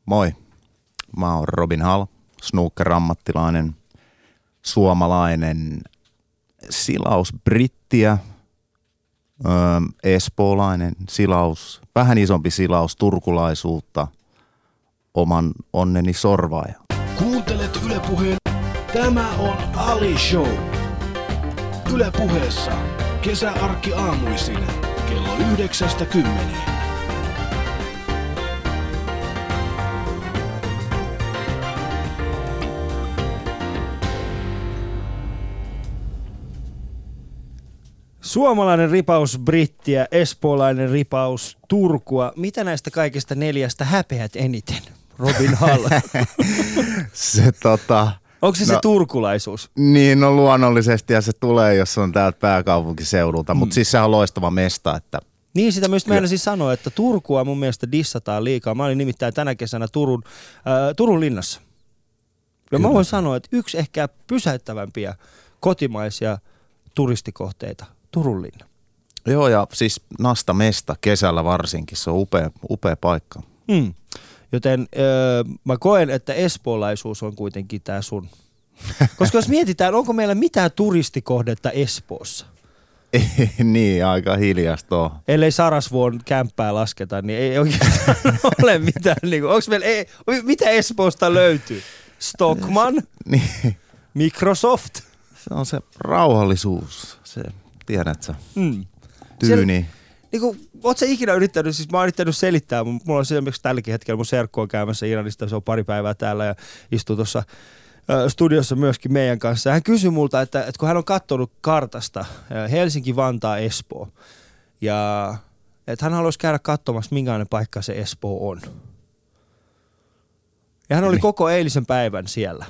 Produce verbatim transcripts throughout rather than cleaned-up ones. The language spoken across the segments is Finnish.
Moi, mä oon Robin Hall, snooker-ammattilainen, suomalainen, silausbrittiä, öö, espoolainen silaus, vähän isompi silaus, turkulaisuutta, oman onneni sorvaaja. Kuuntelet Yle Puheen. Tämä on Ali Show. Yle Puheessa kesäarkki aamuisin kello yhdeksästä kymmeneen. Suomalainen ripaus brittiä, espoolainen ripaus Turkua. Mitä näistä kaikista neljästä häpeät eniten, Robin Hall? se tota... Onko se no, se turkulaisuus? Niin, no luonnollisesti ja se tulee, jos on täältä pääkaupunkiseudulta, mm. mutta siis sehän on loistava mesta, että... Niin, sitä myös meidän siis sanoa, että Turkua mun mielestä dissataan liikaa. Mä olin nimittäin tänä kesänä Turun, äh, Turun linnassa. Ja Kyllä. mä voin sanoa, että yksi ehkä pysäyttävämpiä kotimaisia turistikohteita, Turun linna. Joo, ja siis Nasta mesta kesällä varsinkin, se on upea, upea paikka. Mm. Joten öö, mä koen, että espoolaisuus on kuitenkin tää sun. Koska jos mietitään, onko meillä mitään turistikohdetta Espoossa? Niin, aika hiljasta on. Ellei Sarasvuon kämppää lasketa, niin ei oikeastaan ole mitään. Niin kuin, onko meillä, ei, mitä Espoosta löytyy? Stockman? Niin. Microsoft? Se on se rauhallisuus, se tiedätkö, mm. tyyni. Siellä, niin kuin, oot sä ikinä yrittänyt, siis mä oon yrittänyt selittää, mulla on esimerkiksi tälläkin hetkellä mun serkku on käymässä Iranista, se on pari päivää täällä ja istuu tuossa studiossa myöskin meidän kanssa. Hän kysyi multa, että, että kun hän on katsonut kartasta Helsinki, Vantaa, Espoo ja että hän haluaisi käydä katsomassa, minkälainen paikka se Espoo on. Ja hän oli niin. koko eilisen päivän siellä.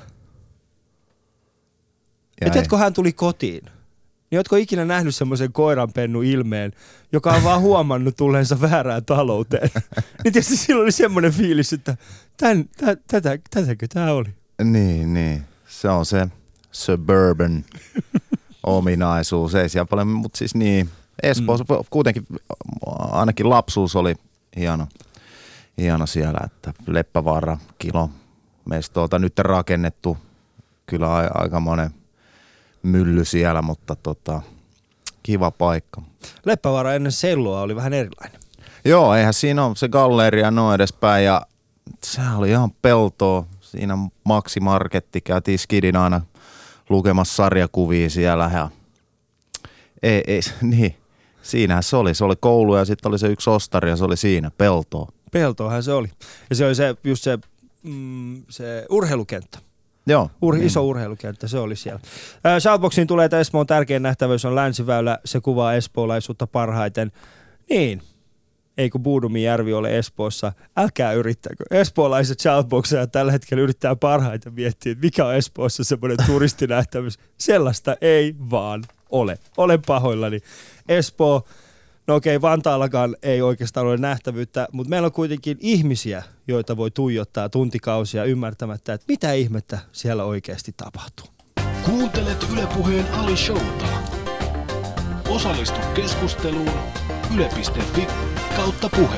Ja tiedätkö, hän tuli kotiin. Niin ootko ikinä nähnyt semmoisen koiranpennu ilmeen, joka on vaan huomannut tulleensa väärään talouteen? Niin tietysti silloin oli semmoinen fiilis, että tän, tä, tätä, tätäkö tää oli? Niin, niin. Se on se suburban ominaisuus. Ei siellä paljon, mutta siis niin. Espoossa mm. kuitenkin ainakin lapsuus oli hieno, hieno siellä, että Leppävaara kilo mestoilta nyt rakennettu. Kyllä a, aika monen mylly siellä, mutta tota, kiva paikka. Leppävaara ennen selloa oli vähän erilainen. Joo, eihän siinä ole se galleria noin edespäin ja sehän oli ihan peltoa. Siinä Maxi Marketti, käytiin skidin aina lukemassa sarjakuvia siellä ja ei, ei, niin, siinähän se oli. Se oli koulu ja sitten oli se yksi ostari ja se oli siinä, peltoa. Peltoahan se oli. Ja se oli se, just se, mm, se urheilukenttä. Joo. Ur, niin. Iso urheilukenttä, se oli siellä. Ää, Shoutboxiin tulee, että Espoon tärkein nähtävyys on länsiväylä, se kuvaa espoolaisuutta parhaiten. Niin, eikö Buudumin järvi ole Espoossa? Älkää yrittäkö. Espoolaiset shoutboxeja tällä hetkellä yrittää parhaiten miettiä, että mikä on Espoossa semmoinen turistinähtävyys. Sellaista ei vaan ole. Olen pahoillani. Espoo, no okei, Vantaallakaan ei oikeastaan ole nähtävyyttä, mutta meillä on kuitenkin ihmisiä, joita voi tuijottaa tuntikausia ymmärtämättä, että mitä ihmettä siellä oikeasti tapahtuu. Kuuntelet Yle Puheen Ali Showta. Osallistu keskusteluun yle piste fi kautta puhe.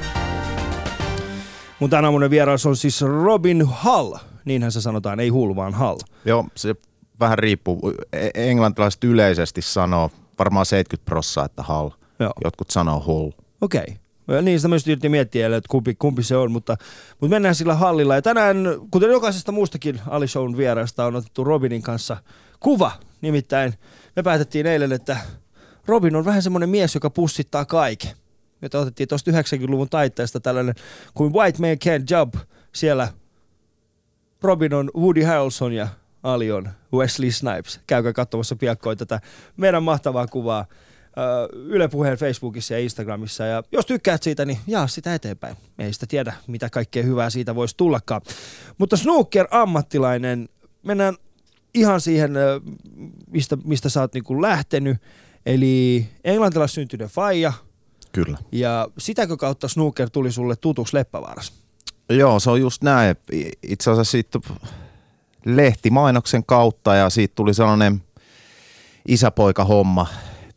Mun tänä aamunen vieras on siis Robin Hall. Niinhän se sanotaan, ei Hull, vaan Hall. Joo, se vähän riippuu. Englantilaiset yleisesti sanoo, varmaan seitsemänkymmentä prosenttia, että Hall. Joo. Jotkut sanoo Hull. Okei. Okay. Niin, sitä myös yritin miettiä, että kumpi, kumpi se on, mutta, mutta mennään sillä Hallilla. Ja tänään, kuten jokaisesta muustakin Ali Shown vierasta, on otettu Robinin kanssa kuva. Nimittäin me päätettiin eilen, että Robin on vähän semmoinen mies, joka pussittaa kaiken. Jota otettiin tuosta yhdeksänkymmentäluvun taitteesta tällainen kuin White Man Can't Jump. Siellä Robin on Woody Harrelson ja Ali on Wesley Snipes. Käykää katsomassa piakkoin tätä meidän mahtavaa kuvaa Yle Puheen Facebookissa ja Instagramissa. Ja jos tykkäät siitä, niin jaa sitä eteenpäin. Ei sitä tiedä, mitä kaikkea hyvää siitä voisi tullakaan. Mutta snooker-ammattilainen, mennään ihan siihen, mistä, mistä sä oot niinku lähtenyt. Eli englantilais syntyinen faija. Kyllä. Ja sitäkö kautta snooker tuli sulle tutuksi Leppävaarassa? Joo, se on just näin. Itse asiassa siitä lehtimainoksen kautta ja siitä tuli sellainen isäpoika homma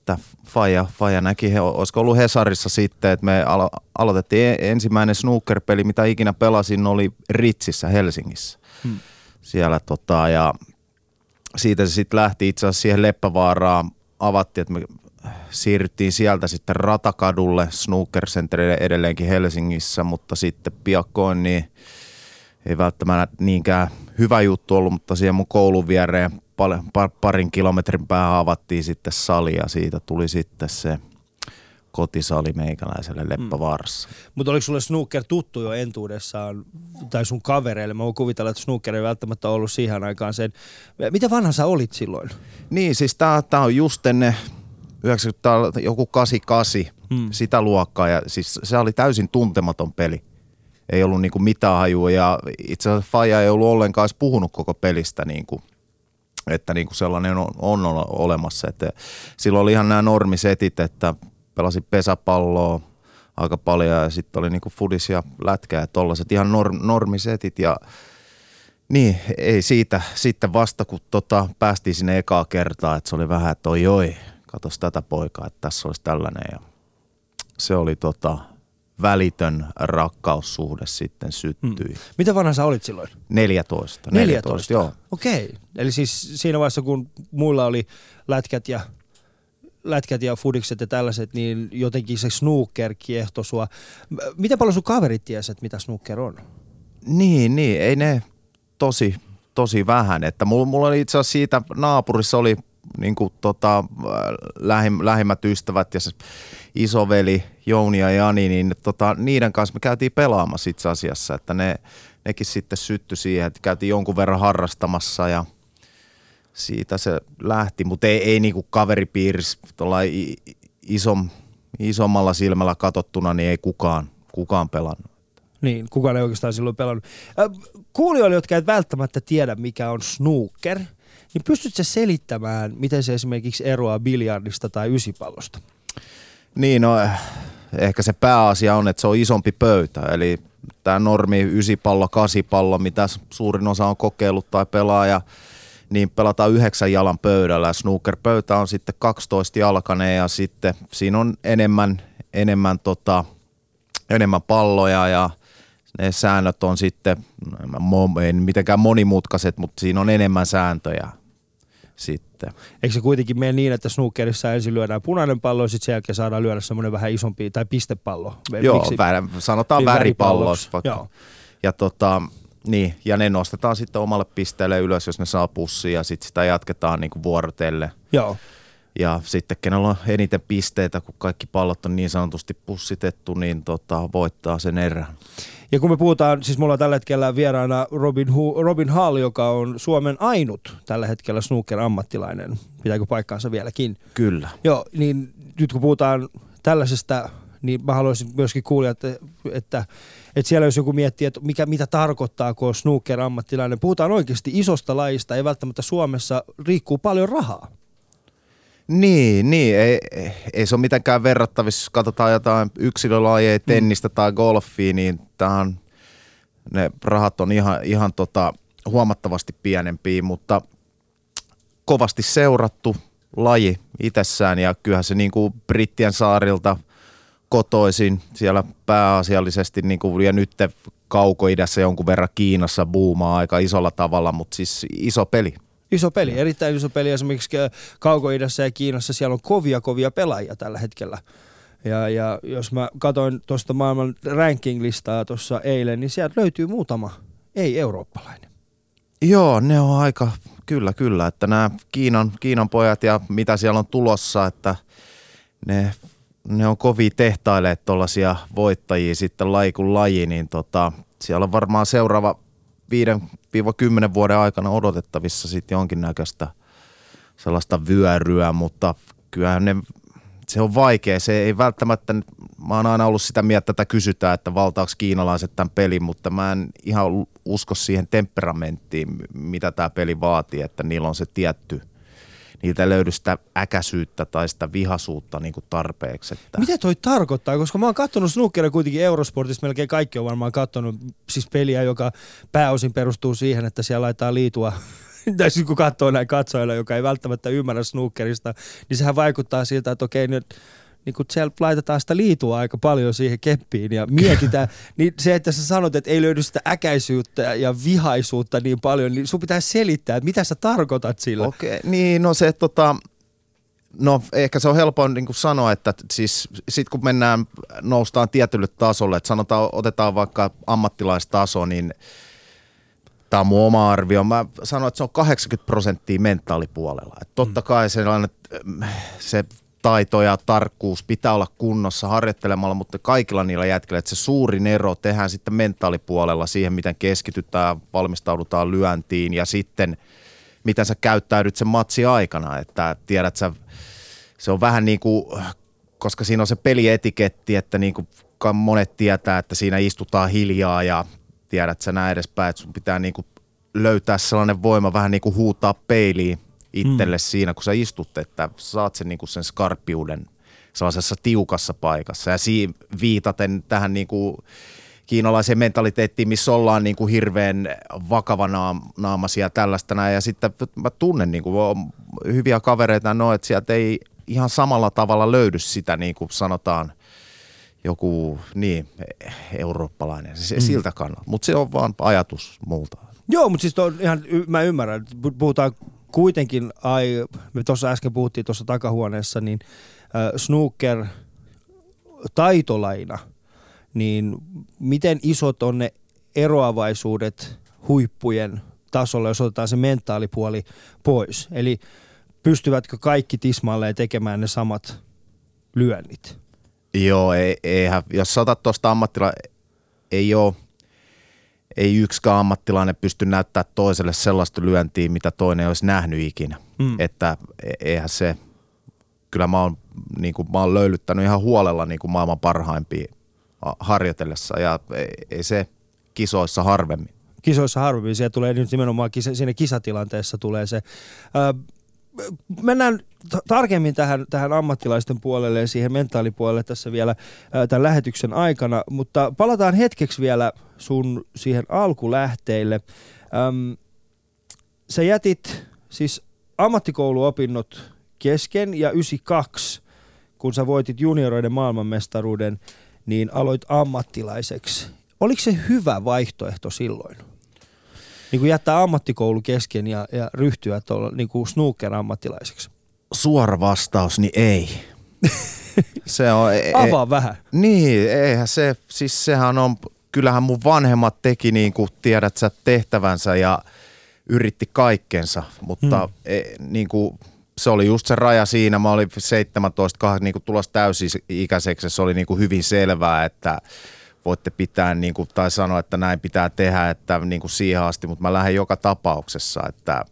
että Faija, Faija näki, olisiko ollut Hesarissa sitten, että me alo- aloitettiin ensimmäinen snookerpeli, mitä ikinä pelasin, oli Ritsissä Helsingissä. Hmm. Siellä tota, ja siitä se sitten lähti itse asiassa siihen Leppävaaraan, avattiin, että me siirryttiin sieltä sitten Ratakadulle Snooker Centerille edelleenkin Helsingissä, mutta sitten piakkoin niin ei välttämättä niinkään hyvä juttu ollut, mutta siihen mun koulun viereen parin kilometrin päähän avattiin sitten sali ja siitä tuli sitten se kotisali meikäläiselle Leppävaarassa. Mm. Mutta oliko sulle snooker tuttu jo entuudessaan tai sun kavereille? Mä voin kuvitella, että snooker ei välttämättä ollut siihen aikaan sen. Mitä vanha sä olit silloin? Niin, siis tää, tää on just ennen yhdeksänkymmentä, joku kahdeksankymmentäkahdeksan, mm. sitä luokkaa ja siis se oli täysin tuntematon peli. Ei ollut niinku mitään hajua ja itse asiassa Faija ei ollut ollenkaan edes puhunut koko pelistä niinku. Että niinku sellainen on, on olemassa. Että silloin oli ihan nämä normisetit, että pelasin pesäpalloa aika paljon ja sitten oli niinku fudis ja lätkä ja tollaiset ihan norm, normisetit. Ja niin, ei siitä sitten vasta kun tota, päästiin sinne ekaa kertaa, että se oli vähän, että oi oi, katos tätä poikaa, että tässä olisi tällainen. Ja se oli tota... välitön rakkaussuhde sitten syttyi. Hmm. Mitä vanha sä olit silloin? neljätoista. neljätoista, joo. Okei. Eli siis siinä vaiheessa, kun muilla oli lätkät ja, lätkät ja fudikset ja tällaiset, niin jotenkin se snooker kiehtoi sua. Miten paljon sun kaverit tiesivät, mitä snooker on? Niin, niin. Ei ne tosi, tosi vähän. Että mulla, mulla oli itse asiassa siitä naapurissa oli niin kuin tota, lähim, lähimmät ystävät ja se isoveli Jouni ja Jani, niin tota, niiden kanssa me käytiin pelaamassa itse asiassa, että ne, nekin sitten syttyi siihen, että käytiin jonkun verran harrastamassa ja siitä se lähti, mutta ei, ei niinku kaveripiirissä isom, isommalla silmällä katsottuna, niin ei kukaan, kukaan pelannut. Niin, kukaan ei oikeastaan silloin pelannut. Kuulijoille, jotka ei välttämättä tiedä, mikä on snooker, niin pystytkö selittämään, miten se esimerkiksi eroaa biljardista tai ysipallosta? Niin, no ehkä se pääasia on, että se on isompi pöytä, eli tämä normi ysipallo, kasipallo, mitä suurin osa on kokeillut tai pelaa, ja niin pelataan yhdeksän jalan pöydällä, ja snooker-pöytä on sitten kaksitoista jalkainen, ja sitten siinä on enemmän, enemmän, tota, enemmän palloja, ja ne säännöt on sitten, ei mitenkään monimutkaiset, mutta siinä on enemmän sääntöjä sitten. Eikö se kuitenkin mene niin, että snookerissa ensin lyödään punainen pallo ja sitten sen jälkeen saadaan lyödä semmoinen vähän isompi, tai pistepallo? Joo, Miksi? Vä, sanotaan niin väripalloksi vaikka. Joo. Ja, tota, niin, ja ne nostetaan sitten omalle pisteelle ylös, jos ne saa pussia ja sitten sitä jatketaan niin kuin vuorotelle. Joo. Ja sitten kenellä on eniten pisteitä, kun kaikki pallot on niin sanotusti pussitettu, niin tota, voittaa sen erän. Ja kun me puhutaan, siis mulla on tällä hetkellä vieraana Robin, Hu- Robin Hall, joka on Suomen ainut tällä hetkellä snooker-ammattilainen. Pitääkö paikkaansa vieläkin? Kyllä. Joo, niin nyt kun puhutaan tällaisesta, niin mä haluaisin myöskin kuulla, että, että, että siellä jos joku miettii, että mikä, mitä tarkoittaa, kun on snooker-ammattilainen. Puhutaan oikeasti isosta lajista, ei välttämättä Suomessa riikkuu paljon rahaa. Niin, niin. Ei, ei se ole mitenkään verrattavissa, jos katsotaan jotain yksilölajeja, tennistä mm. tai golfia, niin tähän ne rahat on ihan, ihan tota, huomattavasti pienempiä, mutta kovasti seurattu laji itsessään ja kyllähän se niin kuin Brittien saarilta kotoisin siellä pääasiallisesti niin kuin, ja nyt kaukoidässä jonkun verran Kiinassa buumaa aika isolla tavalla, mutta siis iso peli. Iso peli, erittäin iso peli. Esimerkiksi Kauko-idässä ja Kiinassa siellä on kovia, kovia pelaajia tällä hetkellä. Ja, ja jos mä katsoin tuosta maailman ranking-listaa tuossa eilen, niin sieltä löytyy muutama ei-eurooppalainen. Joo, ne on aika, kyllä, kyllä. Että nämä Kiinan, Kiinan pojat ja mitä siellä on tulossa, että ne, ne on kovia tehtaileet tuollaisia voittajia sitten laji kuin laji, niin tota, siellä on varmaan seuraava viiden kymmenen vuoden aikana odotettavissa sitten jonkinnäköistä sellaista vyöryä, mutta kyllähän ne, se on vaikea. Se ei välttämättä, mä oon aina ollut sitä mieltä, että kysytään, että valtaako kiinalaiset tämän pelin, mutta mä en ihan usko siihen temperamenttiin, mitä tämä peli vaatii, että niillä on se tietty, niiltä ei löydy sitä äkäisyyttä tai sitä vihasuutta niin kuin tarpeeksi. Että. Mitä toi tarkoittaa? Koska mä oon katsonut snookeria kuitenkin Eurosportissa, melkein kaikki on varmaan katsonut siis peliä, joka pääosin perustuu siihen, että siellä laitetaan liitua tai siis kun katsoo näin katsojilla, joka ei välttämättä ymmärrä snookerista, niin sehän vaikuttaa siltä, että okei nyt niin kun siellä laitetaan sitä liitua aika paljon siihen keppiin ja mietitään, niin se, että sä sanot, että ei löydy sitä äkäisyyttä ja vihaisuutta niin paljon, niin sun pitää selittää, että mitä sä tarkoitat sillä. Okei, niin no se tota, no ehkä se on helpoin niin kuin sanoa, että siis sit kun mennään, noustaan tietylle tasolle, että sanotaan, otetaan vaikka ammattilaistaso, niin tämä on mun oma arvio. Mä sanon, että se on kahdeksankymmentä prosenttia mentaalipuolella. Että totta kai sellainen, se taito ja tarkkuus pitää olla kunnossa harjoittelemalla, mutta kaikilla niillä jätkillä, että se suurin ero tehdään sitten mentaalipuolella siihen, miten keskitytään, valmistaudutaan lyöntiin ja sitten miten sä käyttäydyt sen matsi aikana, että tiedät sä, se on vähän niin kuin, koska siinä on se pelietiketti, että niin kuin monet tietää, että siinä istutaan hiljaa ja tiedät sä näin edespäin, että sun pitää niin kuin löytää sellainen voima vähän niin kuin huutaa peiliin itselle mm. siinä, kun sä istut, että saat sen, niin kuin sen skarppiuden sellaisessa tiukassa paikassa ja siinä viitaten tähän niin kuin kiinalaiseen mentaliteettiin, missä ollaan niin kuin hirveän vakavanaamaisia tällaista näin. Ja sitten mä tunnen niin kuin, hyviä kavereita no, että sieltä ei ihan samalla tavalla löydy sitä, niin kuin sanotaan, joku niin, eurooppalainen, se, mm. siltä kannalta. Mutta se on vaan ajatus multa. Joo, mutta siis on ihan, mä ymmärrän, puhutaan kuitenkin, ai, me tuossa äsken puhuttiin tuossa takahuoneessa, niin äh, snooker taitolaina, niin miten isot on ne eroavaisuudet huippujen tasolla, jos otetaan se mentaalipuoli pois? Eli pystyvätkö kaikki tismalleen tekemään ne samat lyönnit? Joo, ei, eihän, jos otat tuosta ammattilainen, ei ole, ei yksikään ammattilainen pysty näyttämään toiselle sellaista lyöntiä, mitä toinen olisi nähnyt ikinä. Mm. Että eihän se, kyllä mä oon, niin kuin, mä oon löylyttänyt ihan huolella niin kuin maailman parhaimpia harjoitellessa ja ei se kisoissa harvemmin. Kisoissa harvemmin, siellä tulee nyt nimenomaan kisa, siinä kisatilanteessa tulee se. Öö, mennään t- tarkemmin tähän, tähän ammattilaisten puolelle ja siihen mentaalipuolelle tässä vielä ää, tämän lähetyksen aikana, mutta palataan hetkeksi vielä sun siihen alkulähteille. Öm, sä jätit siis ammattikouluopinnot kesken ja yhdeksänkymmentäkaksi, kun sä voitit junioroiden maailmanmestaruuden, niin aloit ammattilaiseksi. Oliko se hyvä vaihtoehto silloin? Niin kuin jättää ammattikoulu kesken ja, ja ryhtyä tuolla niin kuin snooker-ammattilaiseksi? Suora vastaus, niin ei. Se on, Avaa e, vähän. Niin, eihän se, siis sehän on, kyllähän mun vanhemmat teki niin kuin tiedät sä tehtävänsä ja yritti kaikkensa, mutta hmm. e, niin kuin se oli just se raja siinä, mä olin seitsemäntoista, niin kuin tulossa täysi-ikäiseksi, se oli niin kuin hyvin selvää, että voitte pitää niin kuin, tai sanoa, että näin pitää tehdä, että niin kuin siihen asti, mutta mä lähden joka tapauksessa, että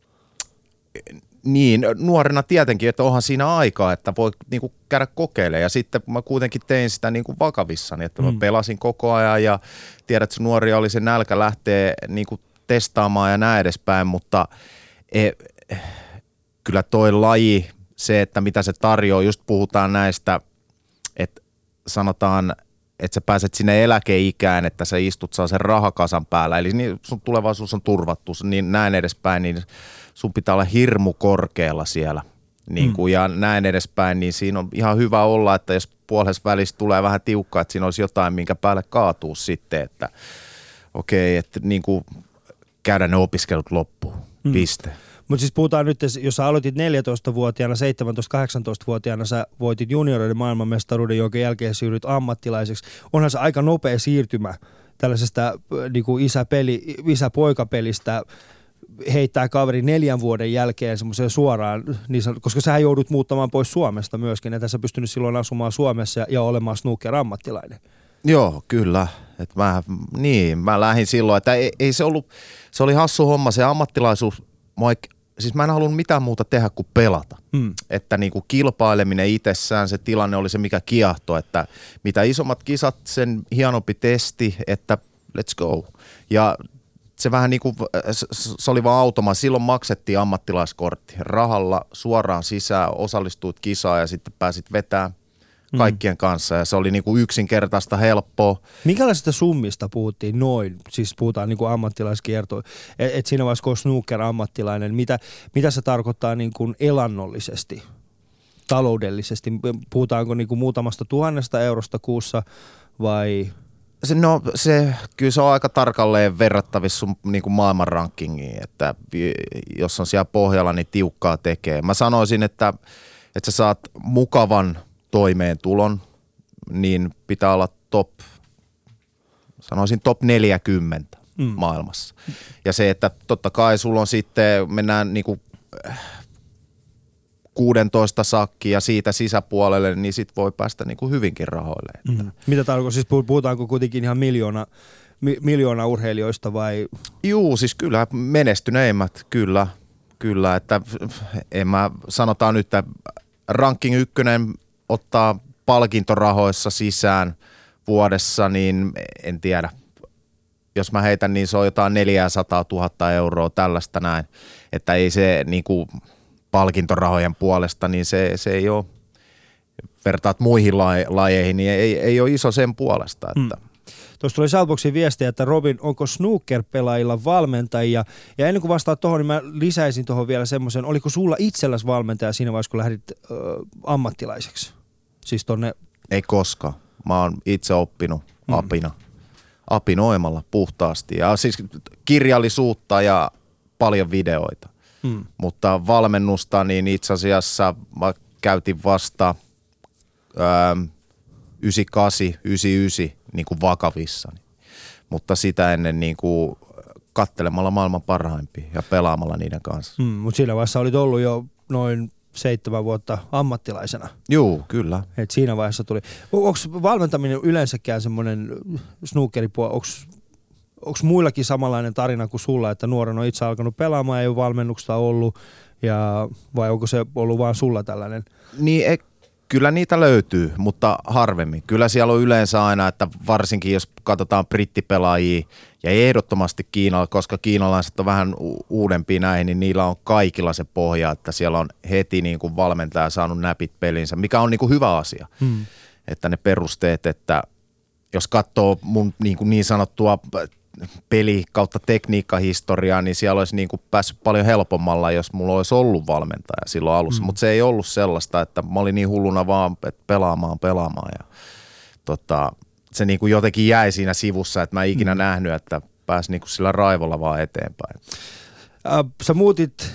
niin, nuorena tietenkin, että onhan siinä aikaa, että voi niin kuin käydä kokeilemaan ja sitten mä kuitenkin tein sitä niin kuin vakavissani, että mä mm. pelasin koko ajan ja tiedät, että nuoria oli se nälkä lähteä niin kuin testaamaan ja näin edespäin, mutta e, kyllä toi laji, se, että mitä se tarjoaa, just puhutaan näistä, että sanotaan, että sä pääset sinne eläkeikään, että sä istut saa sen rahakasan päällä, eli niin sun tulevaisuus on turvattu, niin näin edespäin, niin sun pitää olla hirmu korkealla siellä, niin kuin, mm. ja näin edespäin, niin siinä on ihan hyvä olla, että jos puolessa välissä tulee vähän tiukkaa, että siinä olisi jotain, minkä päälle kaatuu sitten, että okei, okay, että niin kuin käydä ne opiskelut loppuun, mm. piste. Mutta siis puhutaan nyt, jos sä aloitit neljätoistavuotiaana, seitsemäntoista-kahdeksantoistavuotiaana sä voitit junioreiden maailmanmestaruuden, jonka jälkeen siirryt ammattilaiseksi. Onhan se aika nopea siirtymä tällaisesta niin kuin isä-peli, isä-poikapelistä heittää kaveri neljän vuoden jälkeen semmoiseen suoraan, niin, koska sä joudut muuttamaan pois Suomesta myöskin, että sä pystynyt silloin asumaan Suomessa ja, ja olemaan snooker-ammattilainen. Joo, kyllä. Et mä, niin, mä lähdin silloin, että ei, ei se ollut, se oli hassu homma, se ammattilaisuus. Mä, siis mä en halunnut mitään muuta tehdä kuin pelata. Hmm. Että niinku kilpaileminen itsessään, se tilanne oli se, mikä kiehtoi, että mitä isommat kisat, sen hienompi testi, että let's go. Ja se vähän niinku, se oli vaan automa. Silloin maksettiin ammattilaiskortti rahalla suoraan sisään, osallistuit kisaan ja sitten pääsit vetämään kaikkien mm. kanssa ja se oli niinku yksinkertaista, helppoa. Minkälaisista summista puhuttiin noin? Siis puhutaan niinku ammattilaiskiertoa. Että et siinä vaiheessa, kun on snooker-ammattilainen, mitä, mitä se tarkoittaa niinku elannollisesti, taloudellisesti? Puhutaanko niinku muutamasta tuhannesta eurosta kuussa vai... Se, no se, kyllä se on aika tarkalleen verrattavissa sun niin kuin maailman rankingiin, että jos on siellä pohjalla, niin tiukkaa tekee. Mä sanoisin, että, että sä saat mukavan toimeentulon, niin pitää olla top, sanoisin top neljäkymmentä mm. maailmassa. Ja se, että totta kai sulla on sitten, mennään niin kuin kuusitoista sakki ja siitä sisäpuolelle, niin sit voi päästä niin kuin hyvinkin rahoille. Mm. Mitä tarkoittaa? Siis puhutaanko kuitenkin ihan miljoona, mi, miljoona urheilijoista vai? Juu, siis kyllä menestyneimmät, kyllä, kyllä, että en mä, sanotaan nyt, että ranking ykkönen ottaa palkintorahoissa sisään vuodessa, niin en tiedä. Jos mä heitän, niin se on jotain neljäsataatuhatta euroa tällaista näin, että ei se niinku palkintorahojen puolesta, niin se, se ei ole, vertaat muihin lajeihin, niin ei, ei ole iso sen puolesta. Että. Hmm. Tuossa tuli Shoutboxin viestiä, että Robin, onko snooker-pelaajilla valmentajia? Ja ennen kuin vastaat tuohon, niin mä lisäisin tuohon vielä semmoisen, oliko sulla itselläsi valmentaja siinä vaiheessa, kun lähdit ö, ammattilaiseksi? Siis tonne... Ei koskaan. Mä oon itse oppinut hmm. apina, apinoimalla puhtaasti. Ja siis kirjallisuutta ja paljon videoita. Hmm. Mutta valmennusta, niin itse asiassa mä käytin vasta ää, yhdeksänkymmentäkahdeksan yhdeksänkymmentäyhdeksän niin kuin vakavissani. Mutta sitä ennen niin kuin kattelemalla maailman parhaimpia ja pelaamalla niiden kanssa. Hmm, mutta siinä vaiheessa olit ollut jo noin seitsemän vuotta ammattilaisena. Joo, kyllä. Et siinä vaiheessa tuli. Onko valmentaminen yleensäkään semmoinen snookeripuoli, onko muillakin samanlainen tarina kuin sulla, että nuoren on itse alkanut pelaamaan, ei ole valmennuksesta ollut, ja, vai onko se ollut vaan sulla tällainen? Niin, e, kyllä niitä löytyy, mutta harvemmin. Kyllä siellä on yleensä aina, että varsinkin jos katsotaan brittipelaajia ja ehdottomasti Kiinalla, koska kiinalaiset on vähän u- uudempia näihin, niin niillä on kaikilla se pohja, että siellä on heti niin kuin valmentaja saanut näpit pelinsä, mikä on niin kuin hyvä asia. Hmm. Että ne perusteet, että jos katsoo mun niin, kuin niin sanottua peli kautta tekniikkahistoriaa, niin siellä olisi niin kuin päässyt paljon helpommalla, jos mulla olisi ollut valmentaja silloin alussa. Mm. Mutta se ei ollut sellaista, että mä olin niin hulluna vaan, että pelaamaan, pelaamaan. Ja, tota, se niin kuin jotenkin jäi siinä sivussa, että mä en ikinä mm. nähnyt, että pääsi niin kuin sillä raivolla vaan eteenpäin. Äh, sä muutit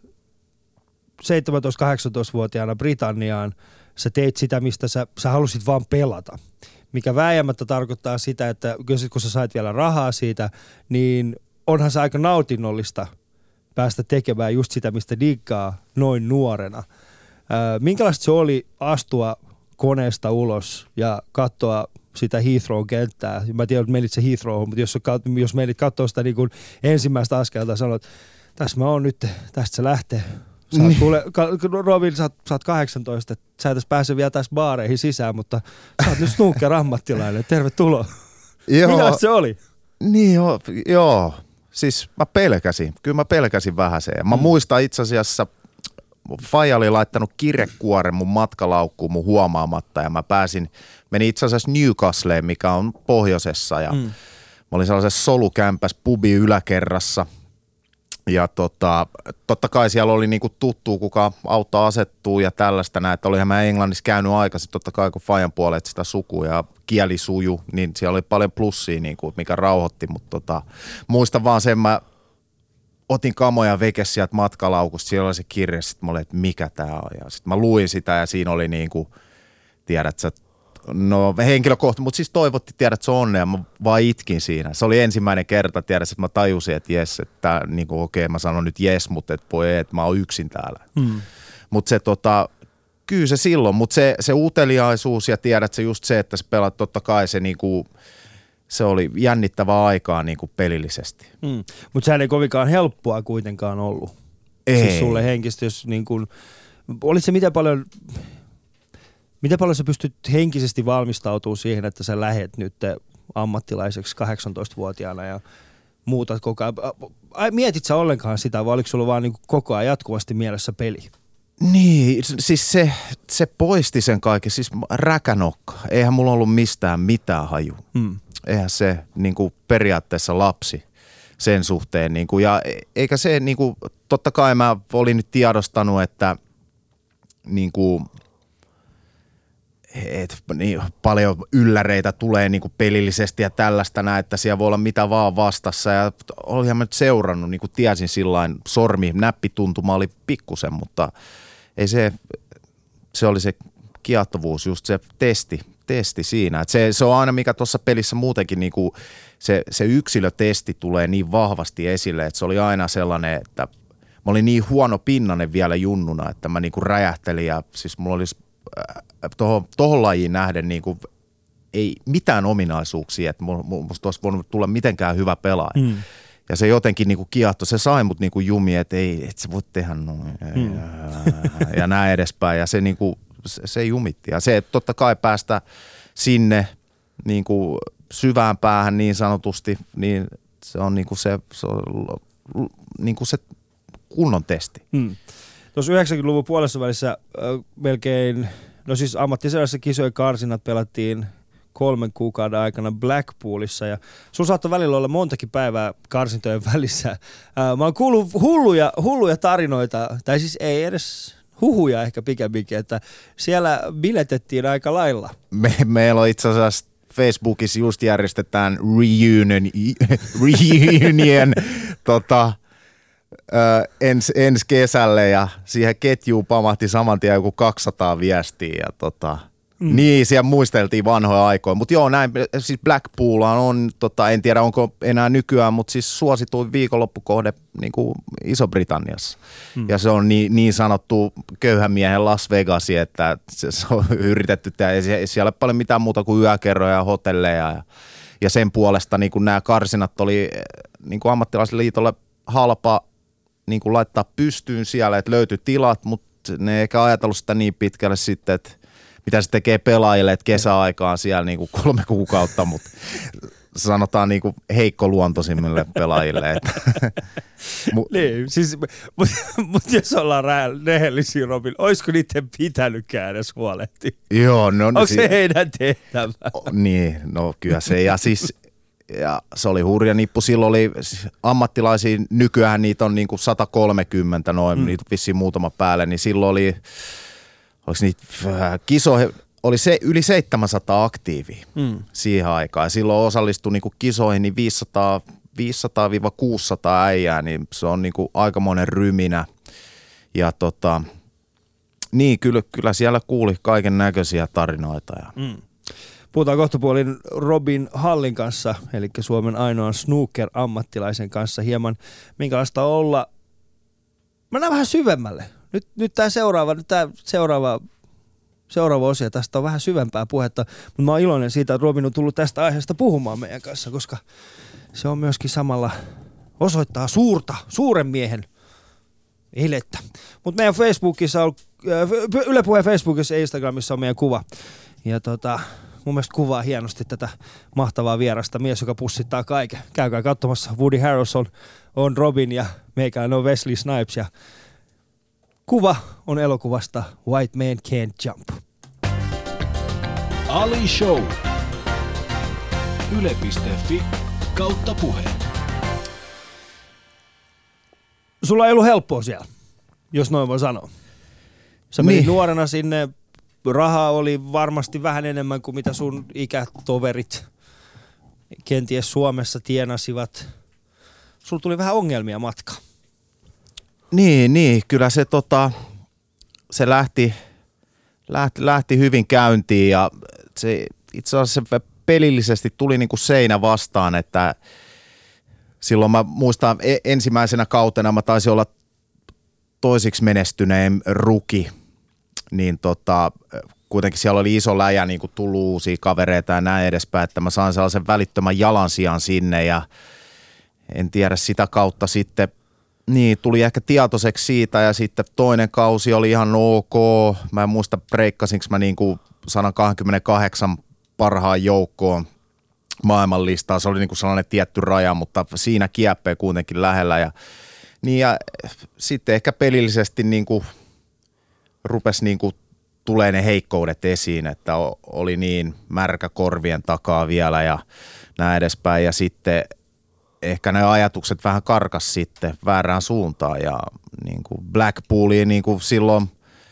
seitsemäntoista-kahdeksantoista-vuotiaana Britanniaan. Sä teit sitä, mistä sä, sä halusit vaan pelata. Mikä vääjäämättä tarkoittaa sitä, että kun sä sait vielä rahaa siitä, niin onhan se aika nautinnollista päästä tekemään just sitä, mistä diggaa noin nuorena. Ää, minkälaista se oli astua koneesta ulos ja katsoa sitä Heathrow-kenttää? Mä tiedän, että menit se Heathrowhun, mutta jos, jos menit katsoa sitä niin kuin ensimmäistä askelta ja sanoit, tässä mä oon nyt, tästä se lähtee. Sä oot, kuule, Robin, sä oot, sä oot kahdeksantoista, sä et pääse vielä tässä baareihin sisään, mutta sä oot nyt snooker-ammattilainen, tervetuloa. Millaista se oli? Niin joo, joo, siis mä pelkäsin, kyllä mä pelkäsin vähän se. Mä mm. muistan itse asiassa, faija oli laittanut kirjekuoren mun matkalaukkuun mun huomaamatta ja mä pääsin, menin itse asiassa Newcastleen, mikä on pohjoisessa ja mm. mä olin sellaisessa solukämpässä pubi yläkerrassa. Ja tota, totta kai siellä oli niinku tuttu, kuka auto asettuu ja tällaista näin, että olihan mä Englannissa käynyt aikaisin, totta kai kun fajan puolet sitä sukua ja kieli suju, niin siellä oli paljon plussia, niinku, mikä rauhoitti, mutta tota, muistan vaan sen, mä otin kamoja veke sieltä matkalaukusta, siellä oli se kirja, sitten mä olin, että mikä tää on, ja sitten mä luin sitä ja siinä oli niinku, tiedät sä, no henkilökohtaisesti, mutta siis toivotti, tiedät, että se on onnea, mä vaan itkin siinä. Se oli ensimmäinen kerta, tiedät, että mä tajusin, että jes, että niin kuin okei, okay, mä sanon nyt jes, mutta et voi, että mä oon yksin täällä. Mm. Mutta se tota, kyllä se silloin, mutta se, se uteliaisuus ja tiedät, se just se, että sä pelaat, totta kai se niinku, se oli jännittävää aikaa niinku pelillisesti. Mm. Mutta sehän ei kovinkaan helppoa kuitenkaan ollut. Ei. Siis sulle henkisesti, jos niin kuin, olit se miten paljon... Miten paljon sä pystyt henkisesti valmistautumaan siihen, että sä lähet nyt ammattilaiseksi kahdeksantoistavuotiaana ja muutat koko ajan? Mietit sä ollenkaan sitä vai oliko sulla vaan niin koko ajan jatkuvasti mielessä peli? Niin, siis se, se poisti sen kaiken, siis räkänokka. Eihän mulla ollut mistään mitään haju. Hmm. Eihän se niin kuin periaatteessa lapsi sen suhteen. Niin kuin, ja eikä se, niin kuin, totta kai mä olin nyt tiedostanut, että niin kuin, et, niin, paljon ylläreitä tulee niin kuin pelillisesti ja tällaista näin, että siellä voi olla mitä vaan vastassa. Ja olinhan mä nyt seurannut, niin kuin tiesin sillain, sormi, näppituntuma oli pikkusen, mutta ei se, se oli se kiehtovuus, just se testi, testi siinä. Et se, se on aina mikä tuossa pelissä muutenkin, niin kuin se, se yksilötesti tulee niin vahvasti esille, että se oli aina sellainen, että mä olin niin huono pinnanen vielä junnuna, että mä niin kuin räjähtelin ja siis mulla olisi Tuohon, tohon lajiin nähden niin kuin, ei mitään ominaisuuksia, että musta olisi voinut tulla mitenkään hyvä pelaaja. Mm. Ja se jotenkin niin kuin kiehtoi, se sai mut niin kuin jumiin, että ei, et sä voit tehdä noin mm. ja, ja näin edespäin. Ja se, niin kuin, se, se jumitti. Ja se, että totta kai päästä sinne niin kuin syvään päähän niin sanotusti, niin se on niin kuin se, se, on, niin kuin se kunnon testi. Mm. Tuossa yhdeksänkymmentäluvun puolessa välissä äh, melkein, no siis ammattiseurassa kisojen karsinat pelattiin kolmen kuukauden aikana Blackpoolissa ja sun saattoi välillä olla montakin päivää karsintojen välissä. Äh, mä oon kuullut hulluja, hulluja tarinoita, tai siis ei edes huhuja ehkä pikemminkin, että siellä biletettiin aika lailla. Me, meillä on itse asiassa Facebookissa just järjestetään reunion, reunion tota, Öö, ens, ensi kesälle ja siihen ketjuun pamahti saman tien joku kaksisataa viestiä ja tota, mm. niin siellä muisteltiin vanhoja aikoja, mutta joo näin, siis Blackpool on, tota, en tiedä onko enää nykyään, mutta siis suosituin viikonloppukohde niin kuin Iso-Britanniassa mm. ja se on niin, niin sanottu köyhän miehen Las Vegas, että se, se on yritetty tehdä, ei siellä ole paljon mitään muuta kuin yökerroja ja hotelleja ja, ja sen puolesta niin kuin nämä karsinat oli niin kuin ammattilaisliitolle halpa niin kuin laittaa pystyyn siellä, että löytyi tilat, mutta ne eikä ajatellut sitä niin pitkälle sitten, että mitä se tekee pelaajille, että kesäaikaan siellä niin kuin kolme kuukautta, mutta sanotaan niin kuin heikkoluontoisimmille pelaajille. Että. niin, siis, mutta mut jos ollaan rehellisiä, Robin, olisiko niiden pitänytkään edes huolehtia? Joo, no. Onko se heidän tehtävä? Niin, no kyllä se, ja siis ja se oli hurja nippu. Silloin oli ammattilaisia, nykyään niitä on niin kuin sata kolmekymmentä noin, mm. niitä vissiin muutama päälle, niin silloin oli, oliko niitä kisoja, oli se yli seitsemänsataa aktiivia mm. siihen aikaan. Ja silloin osallistui niin kuin kisoihin niin viisisataa kuusisataa äijää, niin se on niin kuin aikamoinen ryminä. Ja tota, niin kyllä, kyllä siellä kuuli kaiken näköisiä tarinoita ja mm. Puhutaan kohtapuolin Robin Hallin kanssa, eli Suomen ainoan snooker-ammattilaisen kanssa hieman, minkälaista olla. Mennään vähän syvemmälle. Nyt, nyt tämä seuraava, nyt tää seuraava, seuraava osio tästä on vähän syvempää puhetta, mutta mä oon iloinen siitä, että Robin on tullut tästä aiheesta puhumaan meidän kanssa, koska se on myöskin samalla osoittaa suurta, suuren miehen elettä. Mutta meidän Facebookissa on, Yle Puheen Facebookissa ja Instagramissa on meidän kuva. Ja tota, mun mielestä kuvaa hienosti tätä mahtavaa vierasta, mies, joka pussittaa kaiken. Käykää katsomassa, Woody Harrelson on Robin ja meikään on Wesley Snipes. Ja kuva on elokuvasta White Man Can't Jump. Ali Show. Yle piste fi kautta puhe. Sulla ei ollut helppoa siellä, jos noin voi sanoa. Sä menit niin nuorena sinne. Rahaa oli varmasti vähän enemmän kuin mitä sun ikätoverit kenties Suomessa tienasivat. Sulla tuli vähän ongelmia matka. Niin, niin kyllä se, tota, se lähti, lähti, lähti hyvin käyntiin ja se itse asiassa se pelillisesti tuli niin kuin seinä vastaan, että silloin mä muistan ensimmäisenä kautena mä taisin olla toisiksi menestyneen ruki. Niin tota, kuitenkin siellä oli iso läjä, niin kuin tullut uusia kavereita ja näin edespäin, että mä sain sellaisen välittömän jalansijan sinne ja en tiedä sitä kautta sitten, niin tuli ehkä tietoiseksi siitä ja sitten toinen kausi oli ihan ok. Mä en muista breikkasinko mä niin kuin sata kaksikymmentäkahdeksan parhaan joukkoon maailmanlistaa, se oli niin kuin sellainen tietty raja, mutta siinä kieppee kuitenkin lähellä ja, niin ja sitten ehkä pelillisesti niin kuin rupesi niin kuin tulee ne heikkoudet esiin, että oli niin märkä korvien takaa vielä ja näin edespäin. Ja sitten ehkä ne ajatukset vähän karkas sitten väärään suuntaan ja niin kuin Blackpooliin niin kuin silloin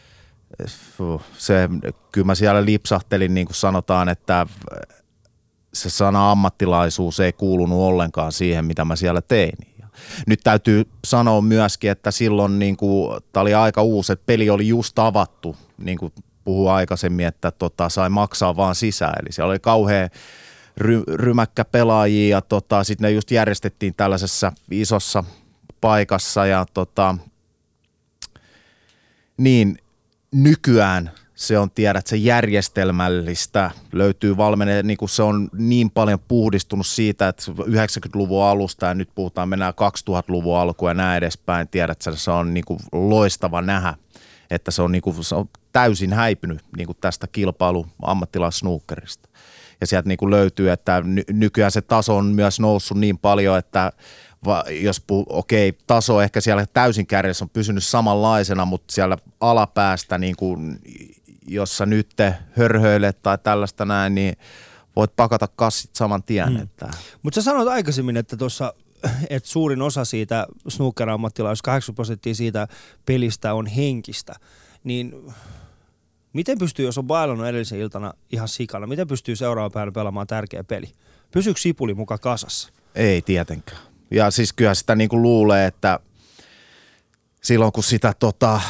se, kyllä mä siellä lipsahtelin, niin kuin sanotaan, että se sana ammattilaisuus ei kuulunut ollenkaan siihen, mitä mä siellä tein. Ja nyt täytyy sanoa myöskin, että silloin niin kuin, tää oli aika uusi, että peli oli just avattu, niin kuin puhuin aikaisemmin, että tota, sai maksaa vaan sisään. Eli siellä oli kauhean ry, rymäkkä pelaajia ja tota, sitten ne just järjestettiin tällaisessa isossa paikassa ja tota, niin nykyään se on, tiedät, se järjestelmällistä, löytyy valmenne, niin kuin se on niin paljon puhdistunut siitä, että yhdeksänkymmentäluvun alusta ja nyt puhutaan, mennään kaksituhattaluvun alkuun ja näin edespäin, tiedät, se on niin kuin loistava nähdä, että se on, niin kuin, se on täysin häipynyt niin kuin tästä kilpailu ammattilaissnookerista. Ja sieltä niin kuin löytyy, että ny- nykyään se taso on myös noussut niin paljon, että Va, jos puhuu, okei, taso ehkä siellä täysin kärjessä on pysynyt samanlaisena, mutta siellä alapäästä, niin kuin, jossa nyt te hörhöilet tai tällaista näin, niin voit pakata kassit saman tien. Hmm. Että... Mutta sä sanoit aikaisemmin, että tuossa, että suurin osa siitä snooker-ammattilaisuudesta, kahdeksankymmentä prosenttia siitä pelistä on henkistä, niin miten pystyy, jos on bailannut edellisen iltana ihan sikana, miten pystyy seuraavan päivänä pelaamaan tärkeä peli? Pysyykö sipuli muka kasassa? Ei tietenkään. Ja siis kyllä sitä niin kuin luulee, että silloin kun sitä tota,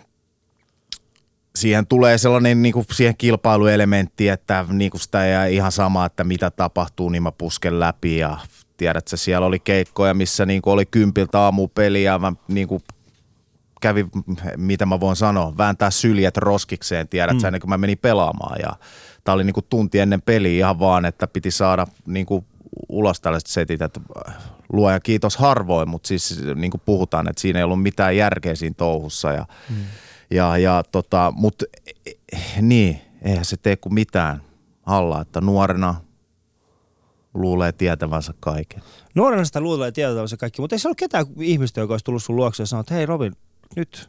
siihen tulee sellainen niin kuin siihen kilpailuelementti, että niin kuin sitä ei ihan sama, että mitä tapahtuu, niin mä pusken läpi ja tiedätkö, siellä oli keikkoja, missä niin kuin oli kympiltä aamupeliä ja mä niin kuin kävin, mitä mä voin sanoa, vääntää syljet roskikseen, tiedätkö, mm. ennen kuin mä menin pelaamaan ja tää oli niin kuin tunti ennen peliä ihan vaan, että piti saada niin kuin ulos tällaiset setit, että luoja kiitos harvoin, mutta siis niin kuin puhutaan, että siinä ei ollut mitään järkeä siinä touhussa ja, mm. ja, ja tota, mutta niin, eihän se tee kuin mitään hallaa, että nuorena luulee tietävänsä kaiken. Nuorena sitä luulee tietävänsä kaikki, mutta ei se ole ketään ihmistä, joka olisi tullut sun luokse ja sanonut, että hei Robin, nyt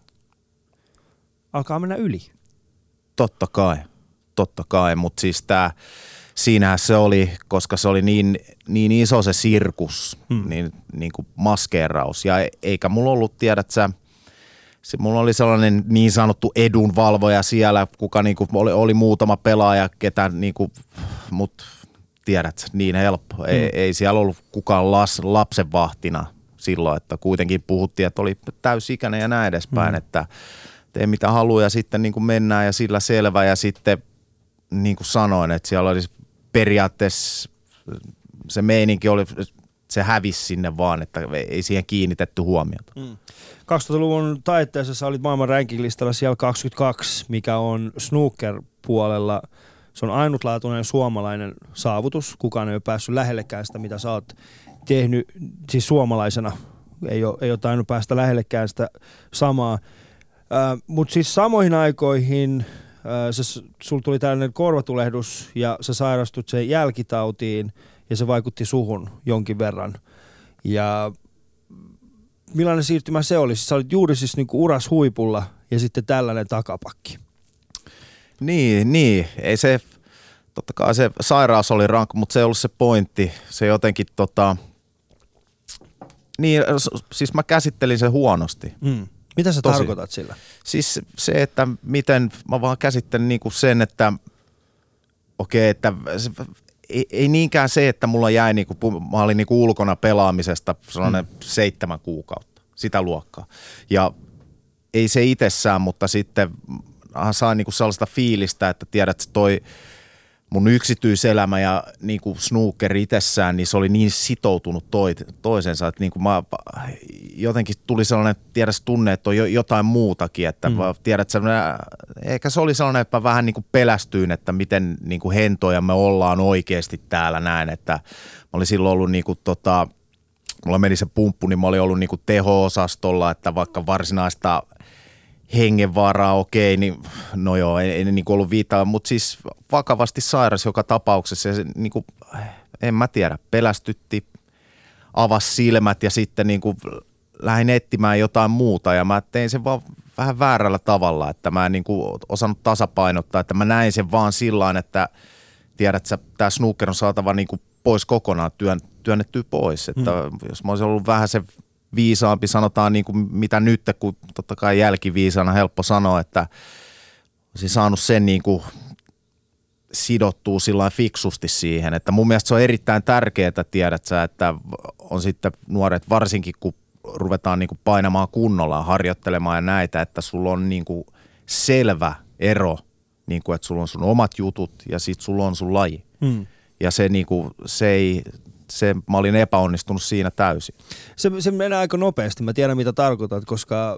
alkaa mennä yli. Totta kai, totta kai, mutta siis tämä siinähän se oli, koska se oli niin, niin iso se sirkus, hmm. niin, niin kuin maskeeraus. Ja eikä mulla ollut, tiedät sä, se, mulla oli sellainen niin sanottu edunvalvoja siellä, kuka niin kuin oli, oli muutama pelaaja, ketä niin kuin, mut tiedät, niin helppo. Hmm. Ei, ei siellä ollut kukaan las, lapsenvahtina silloin, että kuitenkin puhuttiin, että oli täysikäinen ja näin edespäin, hmm. että tee mitä haluaa ja sitten niin kuin mennään ja sillä selvä ja sitten niin kuin sanoin, että siellä oli periaatteessa se meininki oli, se hävisi sinne vaan, että ei siihen kiinnitetty huomiota. Mm. kaksituhattaluvun taitteessa sä olit maailman ranking-listalla siellä kaksikymmentäkaksi, mikä on snooker-puolella. Se on ainutlaatuinen suomalainen saavutus. Kukaan ei ole päässyt lähellekään sitä, mitä sä oot tehnyt, siis suomalaisena. Ei ole, ei ole tainnut päästä lähellekään sitä samaa. Äh, Mutta siis samoihin aikoihin Se, sulla tuli tällainen korvatulehdus ja sä sairastut sen jälkitautiin ja se vaikutti suhun jonkin verran. Ja millainen siirtymä se oli? Sä olit juuri siis niinku uras huipulla ja sitten tällainen takapakki. Niin, niin. Ei se, totta kai se sairaus oli rankka, mutta se ei ollut se pointti. Se jotenkin tota, niin siis mä käsittelin sen huonosti. Mm. Mitä sä Tosi. tarkoitat sillä? Siis se, että miten, mä vaan käsittelen niinku sen, että okei, että se, ei, ei niinkään se, että mulla jäi niinku, mä olin niinku ulkona pelaamisesta sellainen hmm. seitsemän kuukautta, sitä luokkaa. Ja ei se itsessään, mutta sitten sain niinku sellaista fiilistä, että tiedät, että toi mun yksityiselämä ja niinku snooker itsessään, niin se oli niin sitoutunut toi, toisensa, että niinku mä jotenkin tuli sellainen, tiedäs tunne, että on jotain muutakin, että mm. tiedät sellainen, ehkä se oli sellainen, että mä vähän niinku pelästyin, että miten niinku hentoja me ollaan oikeasti täällä näin, että mä olin silloin ollut niinku tota, mulla meni se pumppu, niin mä olin ollut niinku teho-osastolla, että vaikka varsinaista hengenvaaraa, okei, niin no joo, ei, ei niin kuin ollut viittaa, mutta siis vakavasti sairas joka tapauksessa. Ja se, niin kuin, en mä tiedä, pelästytti, avasi silmät ja sitten niin kuin lähdin etsimään jotain muuta ja mä tein sen vaan vähän väärällä tavalla, että mä en niin kuin osannut tasapainottaa, että mä näin sen vaan sillain, että tiedät sä, tää snooker on saatava niin kuin pois kokonaan, työn, työnnettyä pois, että mm. jos mä olisin ollut vähän se viisaampi, sanotaan niin kuin mitä nyt, kun totta kai jälkiviisaana helppo sanoa, että olisin saanut sen niin kuin sidottua sillä fiksusti siihen, että mun mielestä se on erittäin tärkeää, tiedät sä, että on sitten nuoret, varsinkin kun ruvetaan niin kuin painamaan kunnolla, harjoittelemaan ja näitä, että sulla on niin kuin selvä ero, niin kuin, että sulla on sun omat jutut ja sit sulla on sun laji. Mm. Ja se, niin kuin, se ei, se, mä olin epäonnistunut siinä täysin. Se, se menee aika nopeasti, mä tiedän mitä tarkoitat, koska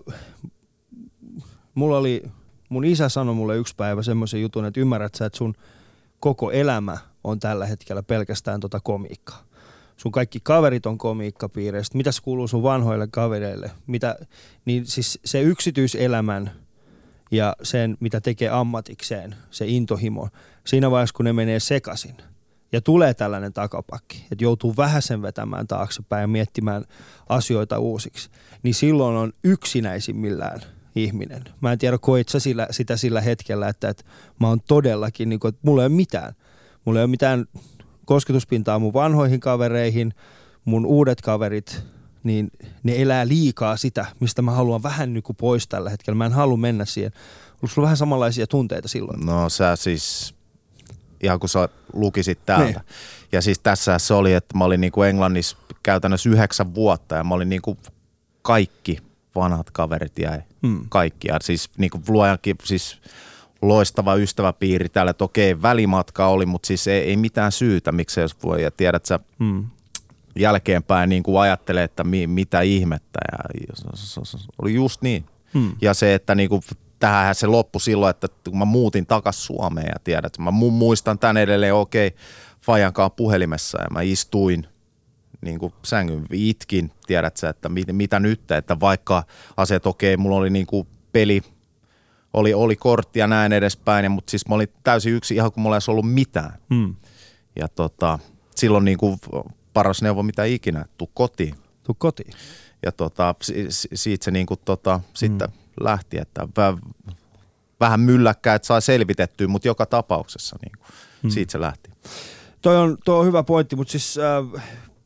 mulla oli, mun isä sanoi mulle yksi päivä semmoisen jutun, että ymmärrät sä, että sun koko elämä on tällä hetkellä pelkästään tota komiikkaa. Sun kaikki kaverit on komiikkapiireistä. Mitäs kuuluu sun vanhoille kavereille? Mitä, niin siis se yksityiselämän ja sen, mitä tekee ammatikseen, se intohimo, siinä vaiheessa, kun ne menee sekaisin ja tulee tällainen takapakki, että joutuu vähäsen vetämään taaksepäin ja miettimään asioita uusiksi, niin silloin on yksinäisimmillään ihminen. Mä en tiedä, koit sä sillä, sitä sillä hetkellä, että, että mä oon todellakin, niin kuin, että mulla ei ole mitään. Mulla ei ole mitään kosketuspintaa mun vanhoihin kavereihin, mun uudet kaverit, niin ne elää liikaa sitä, mistä mä haluan vähän niin kuin pois tällä hetkellä. Mä en halua mennä siihen. Onko sulla vähän samanlaisia tunteita silloin? No sä siis, ihan kun sä lukisit täältä. Ne. Ja siis tässä se oli, että mä olin niin kuin Englannissa käytännössä yhdeksän vuotta ja mä olin niin kuin kaikki vanhat kaverit jäi. Hmm. Kaikki. Ja siis niin kuin luojankin, siis loistava ystäväpiiri täällä, että okei, välimatka oli, mutta siis ei, ei mitään syytä, miksi jos voi. Ja tiedät sä hmm. jälkeenpäin niin kuin ajattelee, että mi, mitä ihmettä. Ja oli just niin. Hmm. Ja se, että niin kuin, tähänhän se loppui silloin, että kun mä muutin takaisin Suomeen ja tiedät, mä muistan tän edelleen, okei, Fajankaan puhelimessa ja mä istuin niin kuin sängyn, itkin, tiedät sä, että mit, mitä nyt, että vaikka aseet, okei, mulla oli niin kuin peli, oli, oli kortti ja näin edespäin, ja, mutta siis mä olin täysin yksi, ihan kuin mulla ei olisi ollut mitään. Hmm. Ja tota, silloin niin kuin paras neuvo mitä ikinä, tuu kotiin. Tuu kotiin. Ja tota, siitä se niin kuin tota, sitten hmm. lähti, että vähän, vähän mylläkkää, että saa selvitettyä, mutta joka tapauksessa niin kuin, hmm. siitä se lähti. Toi on, toi on hyvä pointti, mutta siis äh,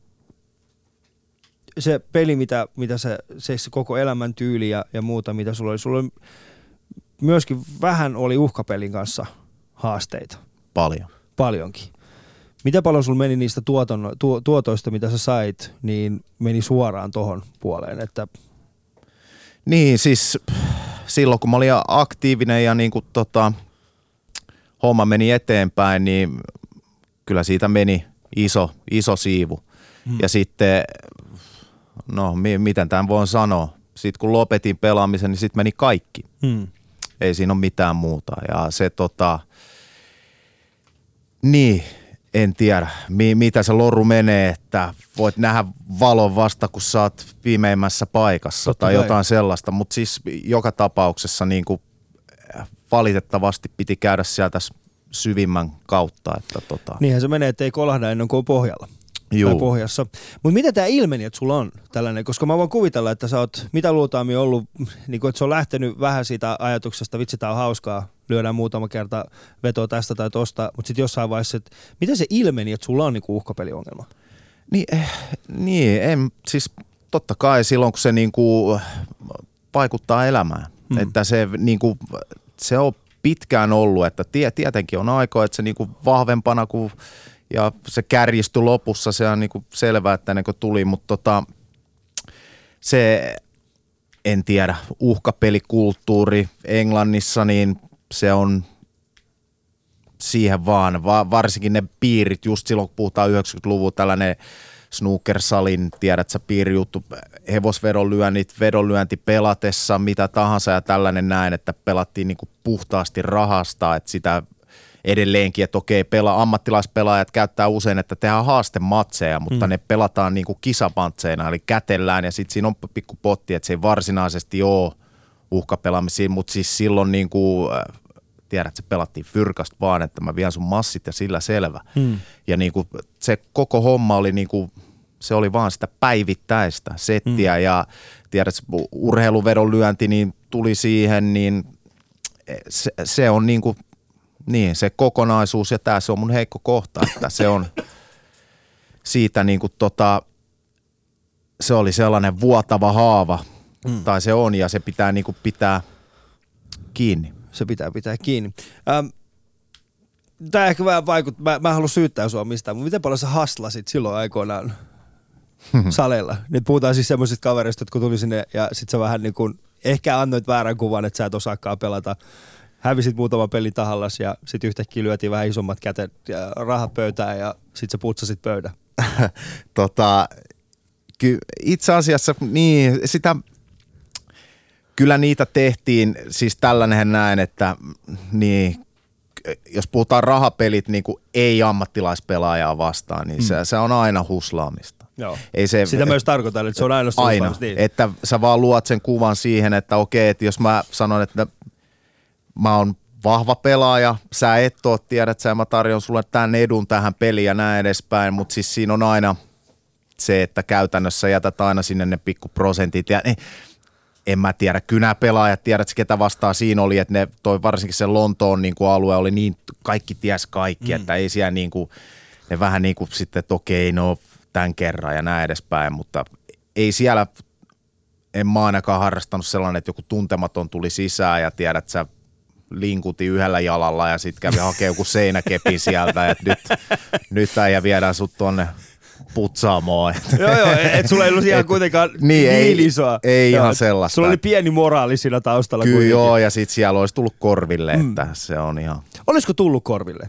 se peli, mitä, mitä se, se, se koko elämän tyyli ja, ja muuta, mitä sulla oli, sulla oli myöskin vähän oli uhkapelin kanssa haasteita. Paljon. Paljonkin. Mitä paljon sulla meni niistä tuoton, tu, tuotoista, mitä sä sait, niin meni suoraan tohon puoleen, että... Niin, siis silloin kun mä olin aktiivinen ja niin kuin tota, homma meni eteenpäin, niin kyllä siitä meni iso, iso siivu. Hmm. Ja sitten, no mi- miten tämän voin sanoa, sitten kun lopetin pelaamisen, niin sitten meni kaikki. Hmm. Ei siinä ole mitään muuta. Ja se tota, niin, en tiedä, mi- mitä se loru menee, että voit nähdä valon vasta, kun sä oot pimeimmässä paikassa. Totta tai vai. Jotain sellaista. Mutta siis joka tapauksessa niin kuin valitettavasti piti käydä sieltä syvimmän kautta. Että tota. Niinhän se menee, ettei kolahda ennen kuin on pohjalla. Juu. Tai pohjassa. Mutta mitä tämä ilmeni, että sulla on tällainen? Koska mä voin kuvitella, että sä oot mitä luultaammin ollut, niin kun, että se on lähtenyt vähän siitä ajatuksesta, vitsi tää on hauskaa, lyödään muutama kerta vetoa tästä tai tosta, mutta sitten jossain vaiheessa, että mitä se ilmeni, että sulla on niin kuin uhkapeliongelma? Niin, eh, niin en, siis totta kai silloin, kun se niin kuin vaikuttaa elämään. Hmm. Että se, niin kuin, se on pitkään ollut, että tie, tietenkin on aikoja, että se niin kuin vahvempana kuin ja se kärjistyi lopussa, se on niinku selvää, että ennen kuin tuli, mutta tota, se, en tiedä, uhkapelikulttuuri Englannissa, niin se on siihen vaan, va, varsinkin ne piirit, just silloin kun puhutaan yhdeksänkymmentäluvun, tällainen snookersalin, tiedät sä, piirijuttu, hevosvedonlyönnit, vedonlyönti pelatessa, mitä tahansa ja tällainen näin, että pelattiin niinku puhtaasti rahasta, että sitä edelleenkin, että okei, pela, ammattilaispelaajat käyttää usein, että tehdään haastematseja, mutta mm. ne pelataan niin kuin kisapantseina, eli kätellään ja sitten siinä on pikku potti, että se ei varsinaisesti ole uhkapelaamisia, mutta siis silloin niin kuin, tiedät, se pelattiin fyrkasta vaan, että mä vien sun massit ja sillä selvä. Mm. Ja niin kuin, se koko homma oli niin kuin se oli vaan sitä päivittäistä settiä mm. ja tiedät, urheiluvedon lyönti niin tuli siihen, niin se, se on niin kuin, niin se kokonaisuus ja tämä se on mun heikko kohta, että se on siitä niin kuin tota, se oli sellainen vuotava haava, mm. tai se on ja se pitää niin kuin pitää kiinni. Se pitää pitää kiinni. Ähm, Tämä ehkä vähän vaikuttaa, mä, mä en halua syyttää sua mistään, mutta miten paljon sä haslasit silloin aikoinaan saleilla? Nyt puhutaan siis semmoisista kavereista, jotka tuli sinne ja sit sä vähän niin kuin ehkä annoit väärän kuvan, että sä et osaakaan pelata. Hävisit muutama peli tahallas ja sit yhtäkkiä lyötiin vähän isommat kätet ja rahat pöytään ja sit sä putsasit pöydän. tota, ky- itse asiassa niin sitä, kyllä niitä tehtiin, siis tällainen näen, että niin jos puhutaan rahapelit niin kuin ei-ammattilaispelaajaa vastaan, niin mm. se, se on aina huslaamista. Joo. Ei se, sitä myös tarkoitan, että se on aina aina, huslaamista. Niin. Että sä vaan luot sen kuvan siihen, että okei, että jos mä sanon, että mä oon vahva pelaaja, sä et oo, tiedät sä, mä tarjon sulle tämän edun tähän peliin ja näin edespäin, mutta siis siinä on aina se, että käytännössä jätät aina sinne ne pikkuprosentit ja niin, en mä tiedä, kynä pelaajat, tiedätkö ketä vastaan siinä oli, että ne toi varsinkin se Lontoon niin kuin alue oli niin, kaikki ties kaikki, mm. että ei siellä niin kuin, ne vähän niin kuin sitten, että okei, no tämän kerran ja näin edespäin, mutta ei siellä, en mä ainakaan harrastanut sellainen, että joku tuntematon tuli sisään ja tiedät sä, linkuti yhdellä jalalla ja sitten kävi hakemaan joku seinäkepin sieltä, että nyt, nyt äijä viedään sut tonne putsaamoon. Joo, joo, et sulla ei ollut ihan kuitenkaan niin, niin ei, isoa. Ei joo, ihan sellaista. Sulla oli pieni moraali siinä taustalla. Kyllä kuitenkin. joo, ja sitten siellä olisi tullut korville, mm. että se on ihan... Olisiko tullut korville?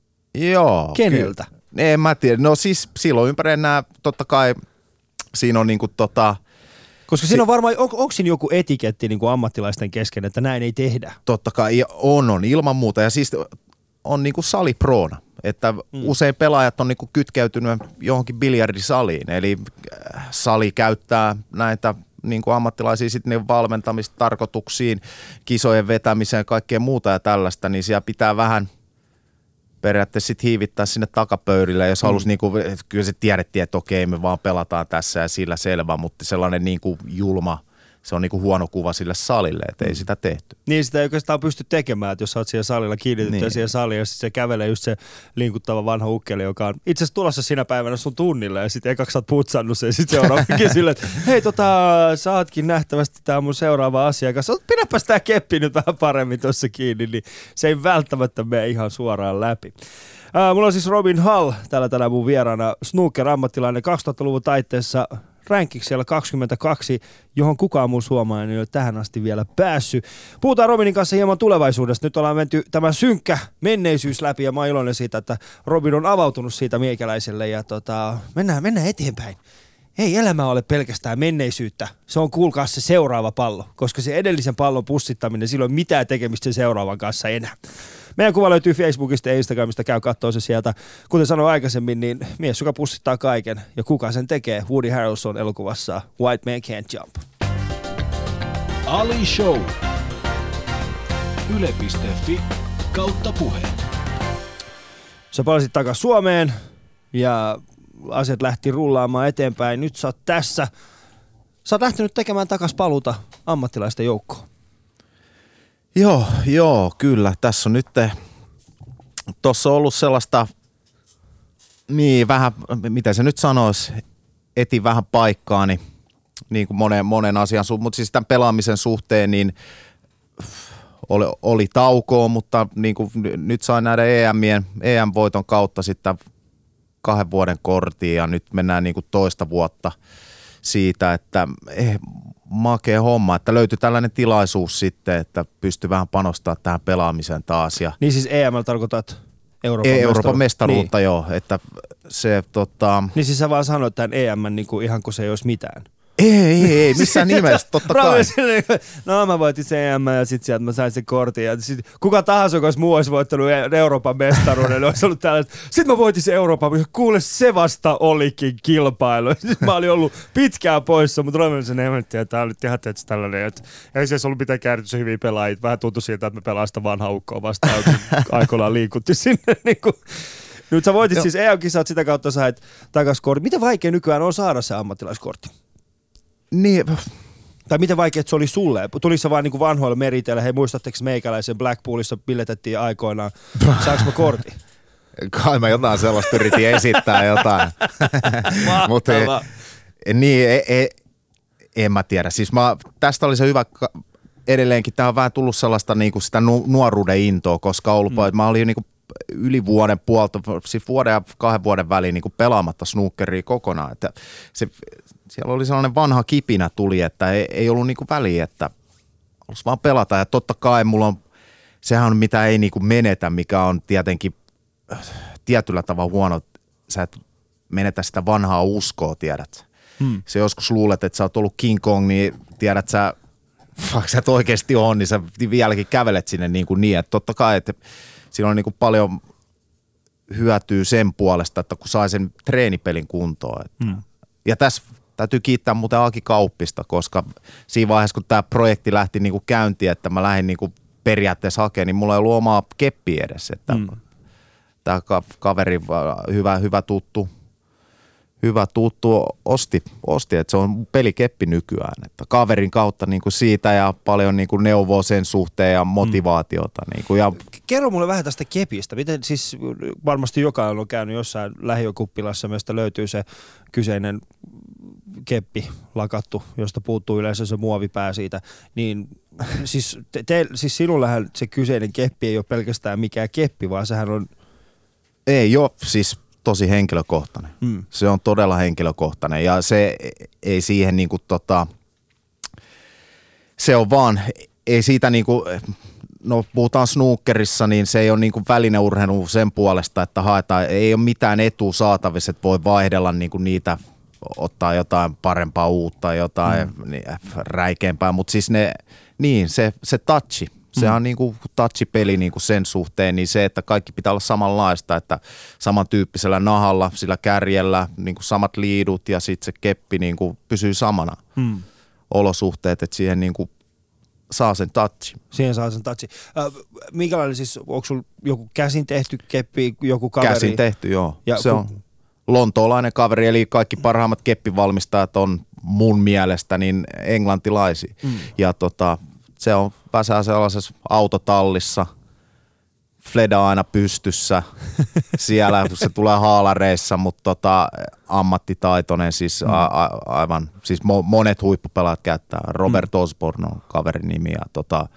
Joo. Keneltä? Kyllä. En mä tiedä. No siis silloin ympärillä nämä, totta kai siinä on niinku tota... Koska siinä on varmaan, on, onko siinä joku etiketti niin kuin ammattilaisten kesken, että näin ei tehdä? Totta kai, on, on ilman muuta. Ja siis on niin kuin saliproona, että mm. usein pelaajat on niin kuin kytkeytynyt johonkin biljardisaliin. Eli sali käyttää näitä niin kuin ammattilaisia sitten niin valmentamistarkoituksiin, kisojen vetämiseen ja kaikkea muuta ja tällaista, niin siellä pitää vähän periaatteessa sitten hiivittää sinne takapöydille, jos mm. halusi, niin kuin, kyllä se tiedettiin, että okei, me vaan pelataan tässä ja sillä selvä, mutta sellainen niin kuin julma, se on niin kuin huono kuva sille salille, että ei mm. sitä tehty. Niin, sitä ei oikeastaan pysty tekemään, että jos sä oot siellä salilla kiinnitetty niin. siihen saliin, ja sitten se kävelee just se linkuttava vanha ukkeli, joka on itse asiassa tulossa sinä päivänä sun tunnille, ja sitten ekaksi sä oot putsannut sen, ja sitten seuraavakin silleen, että hei tota, sä ootkin nähtävästi tää mun seuraava asiakas, pidäpäs tää keppi nyt vähän paremmin tuossa kiinni, niin se ei välttämättä mene ihan suoraan läpi. Ää, mulla on siis Robin Hall täällä tänään mun vieraana, snooker-ammattilainen kaksituhattaluvun taitteessa, rankiksi siellä kaksikymmentäkaksi, johon kukaan muu suomalainen ei ole tähän asti vielä päässyt. Puhutaan Robinin kanssa hieman tulevaisuudesta. Nyt ollaan menty tämä synkkä menneisyys läpi ja mä oon iloinen siitä, että Robin on avautunut siitä meikäläiselle ja tota, mennään, mennään eteenpäin. Ei elämä ole pelkästään menneisyyttä. Se on kuulkaa se seuraava pallo, koska se edellisen pallon pussittaminen, sillä ei ole mitään tekemistä sen seuraavan kanssa enää. Meidän kuva löytyy Facebookista ja Instagramista, käy kattoo se sieltä. Kuten sanoin aikaisemmin, niin mies, joka pussittaa kaiken. Ja kuka sen tekee? Woody Harrelson elokuvassa White Man Can't Jump. Ali Show. Yle piste fi kautta puhe. Sä palasit takaisin Suomeen ja asiat lähti rullaamaan eteenpäin. Nyt sä oot tässä. Sä oot lähtenyt tekemään takaisin paluuta ammattilaisten joukkoon. Joo, joo, kyllä. Tässä on nyt, tuossa on ollut sellaista, niin vähän, miten se nyt sanoisi, etin vähän paikkaa, niin, niin kuin monen, monen asian suhteen, mutta siis tämän pelaamisen suhteen, niin oli, oli taukoa, mutta niin kuin nyt sain nähdä E M:ien, E M-voiton kautta sitten kahden vuoden kortiin ja nyt mennään niin kuin toista vuotta siitä, että eh, makea homma, että löytyi tällainen tilaisuus sitten, että pystyi vähän panostamaan tähän pelaamiseen taas. Ja niin siis E M L tarkoitat Euroopan, Euroopan mestaruutta, mestaruutta niin. joo, että se tota... Niin siis sä vaan sanoit tämän E M niin kuin ihan kuin se ei olisi mitään. Ei, ei, ei, missään nimessä, totta kai. No mä voitin sen E M ja sit sieltä mä sain sen kortin. Ja sit, kuka tahansa, joka olisi muu olisi voittanut Euroopan mestaruuden, niin olisi ollut tällaista. Sitten mä voitin sen Euroopan, kuule se vasta olikin kilpailu. Sitten mä olin ollut pitkään poissa, mutta Roman sen ementti, että tää on nyt ihan tietysti tällainen, että ei se ollut mitään kääritys hyviä pelaajia. Vähän tuntui siltä, että me pelaa sitä vanhaa ukkoa vastaan, kun aikoinaan liikutti sinne. Niin kuin. Nyt sä voitit siis E M-kisat, sitä kautta sait takas kortti. Miten vaikea nykyään on saada se ammattilaiskortti? Niin. Tai miten vaikea se oli sulle? Tuliko se vaan niinku vanhoilla meriteillä, hei muistatteko meikäläisen Blackpoolissa biletettiin aikoinaan, saanko mä kortin? Kai mä jotain sellaista yritin esittää jotain. Mutta niin, e, e, en mä tiedä. Siis mä, tästä oli se hyvä, edelleenkin tää on vähän tullut sellaista niinku sitä nu, nuoruuden intoa, koska ollut mm. mä olin niinku yli vuoden puolta, siis vuoden ja kahden vuoden väliin niinku pelaamatta snookeria kokonaan. Että se, siellä oli sellainen vanha kipinä tuli, että ei, ei ollut niinku väliä, että olisi vaan pelata. Ja totta kai mulla on, sehän on mitä ei niinku menetä, mikä on tietenkin tietyllä tavalla huono, sä et menetä sitä vanhaa uskoa, tiedät. Hmm. Se joskus luulet, että sä oot ollut King Kong, niin tiedät sä, vaikka sä et oikeasti on, niin sä vieläkin kävelet sinne niin, kuin niin. Että totta kai, että siinä on niin kuin paljon hyötyä sen puolesta, että kun sai sen treenipelin kuntoon. Että. Hmm. Ja tässä täytyy kiittää muuten Aki Kauppista, koska siinä vaiheessa, kun tämä projekti lähti niin kuin käyntiin, että mä lähdin niin kuin periaatteessa hakemaan, niin mulla ei ollut omaa keppiä edes, että hmm. tämä kaveri, hyvä, hyvä tuttu, hyvä tuttu osti, osti, että se on pelikeppi nykyään. Että kaverin kautta niin kuin siitä ja paljon niin kuin neuvoa sen suhteen ja motivaatiota. Mm. Niin kuin ja kerro mulle vähän tästä kepistä. Miten siis varmasti jokainen on käynyt jossain lähiokuppilassa, mistä löytyy se kyseinen keppi lakattu, josta puuttuu yleensä se muovipää siitä. Niin siis, te, te, siis sinullähän se kyseinen keppi ei ole pelkästään mikään keppi, vaan sehän on... Ei ole siis tosi henkilökohtainen. Mm. Se on todella henkilökohtainen ja se ei siihen niinku tota, se on vaan, ei siitä niinku, no puhutaan snookerissa, niin se ei ole niinku välineurheilu sen puolesta, että haetaan, ei ole mitään etua saatavissa, että voi vaihdella niinku niitä, ottaa jotain parempaa uutta, jotain mm. niin, räikeämpää, mutta siis ne, niin se, se touchi. Sehän on niin kuin touch-peli niin kuin sen suhteen, niin se, että kaikki pitää olla samanlaista, että samantyyppisellä nahalla, sillä kärjellä, niin kuin samat liidut ja sitten se keppi niin kuin pysyy samana hmm. olosuhteet, että siihen niin kuin saa sen touch. Siihen saa sen touch. Äh, minkälainen siis, onko sulla joku käsin tehty keppi, joku kaveri? Käsin tehty, joo. Ja se kun... on lontoolainen kaveri, eli kaikki parhaimmat keppivalmistajat on mun mielestä niin englantilaisia. Hmm. Ja tota... Se on väsää sellaisessa autotallissa, fleda aina pystyssä, siellä se tulee haalareissa, mutta tota, ammattitaitoinen, siis a, a, aivan, siis mo, monet huippupelaat käyttää. Robert mm. Osborne on kaverin nimi ja tota,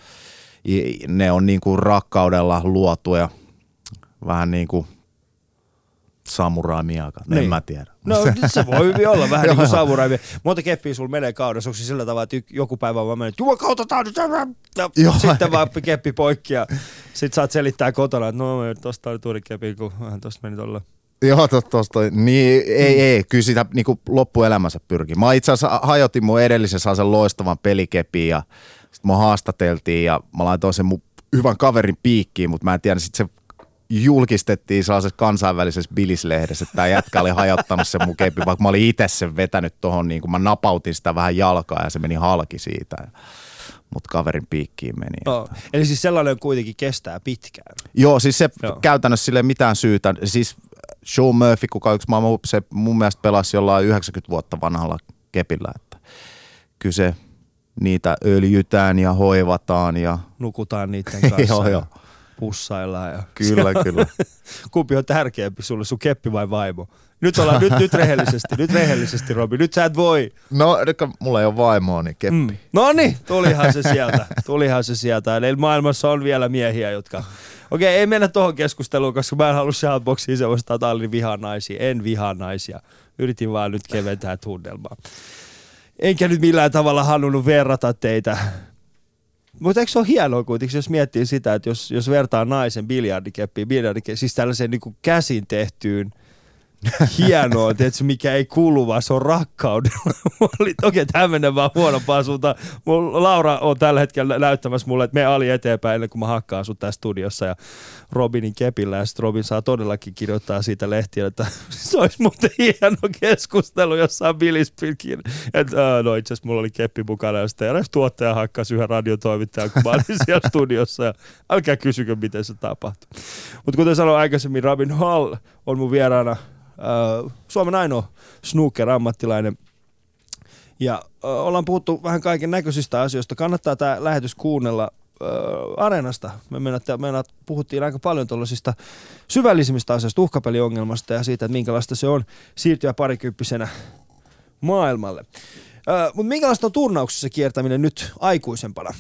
ne on niinku rakkaudella luotuja, vähän niin kuin samurai-miaka, niin. En mä tiedä. No se voi hyvin olla vähän niin kuin samurai. Monta keppiä sulla menee kaudessa, onko se sillä tavalla, että joku päivä vaan menee, että jumakautetaan nyt, ja sitten vaan keppi poikki ja sit saat selittää kotona, että no tosta oli tuuri keppi, kun vähän tosta meni tolla. Joo, tosta, niin ei, mm. ei, kyllä sitä niin kuin loppuelämänsä pyrkii. Mä itse asiassa hajotin mun edellisessä sen loistavan pelikepin ja sit mua haastateltiin ja mä laitoin sen mun hyvän kaverin piikkiin, mutta mä en tiedä, sit se julkistettiin sellaisessa kansainvälisessä bilislehdessä, että tämä jätkä oli hajottanut sen mun keppi, vaikka mä olin itse sen vetänyt tohon, niin kun mä napautin sitä vähän jalkaa ja se meni halki siitä. Mutta kaverin piikkiin meni. Oh. Eli siis sellainen kuitenkin kestää pitkään. Joo, siis se Joo. käytännössä sille mitään syytä. Siis Sean Murphy, kuka yksi maailman, se mun mielestä pelasi jollain yhdeksänkymmentä vuotta vanhalla kepillä. Että kyllä se niitä öljytään ja hoivataan. Ja nukutaan niiden kanssa. Joo, joo. Pussaillaan. Ja Kyllä, kyllä. Kumpi on tärkeämpi sulle, sun keppi vai vaimo? Nyt ollaan, nyt, nyt rehellisesti, nyt rehellisesti, Robi. Nyt sä et voi. No, nyt mulla ei ole vaimoa, niin keppi. Mm. No niin, tulihan se sieltä. Tulihan se sieltä. Eli maailmassa on vielä miehiä, jotka... Okei, ei mennä tuohon keskusteluun, koska mä en halua shoutboxiin semmoista, että Alli vihaa naisia. En vihaa naisia. Yritin vaan nyt keventää tunnelmaa. Enkä nyt millään tavalla halunnut verrata teitä. Mutta eikö se ole hienoa kuitenkin, jos miettii sitä, että jos, jos vertaa naisen biljardikeppiin, biljardikeppiin siis tällaiseen niin kuin käsin tehtyyn hienoa, tiedätkö, mikä ei kuulu, vaan se on rakkaudella. Okei, okay, tämä menee vaan huonompaan suuntaan. Laura on tällä hetkellä näyttämässä mulle, että me Ali eteenpäin ennen kuin mä hakkaan sut tässä studiossa ja Robinin kepillä. Ja sitten Robin saa todellakin kirjoittaa siitä lehtiä, että se olisi muuten hieno keskustelu jossain Billispilkin. Että no itse asiassa mulla oli keppi mukana ja sitten eräs tuottaja hakkasi yhden radiotoimittajan, kun mä olin siellä studiossa. Ja älkää kysykö, miten se tapahtui. Mutta kuten sanoin aikaisemmin, Robin Hall on mun vieraana. Uh, Suomen ainoa snooker-ammattilainen. Ja uh, ollaan puhuttu vähän kaiken näköisistä asioista. Kannattaa tämä lähetys kuunnella uh, Areenasta. Me mennään, mennään, puhuttiin aika paljon tuollaisista syvällisimmistä asioista, uhkapeliongelmasta ja siitä, että minkälaista se on siirtyä parikymppisenä maailmalle. Uh, Mutta minkälaista on turnauksessa kiertäminen nyt aikuisempana?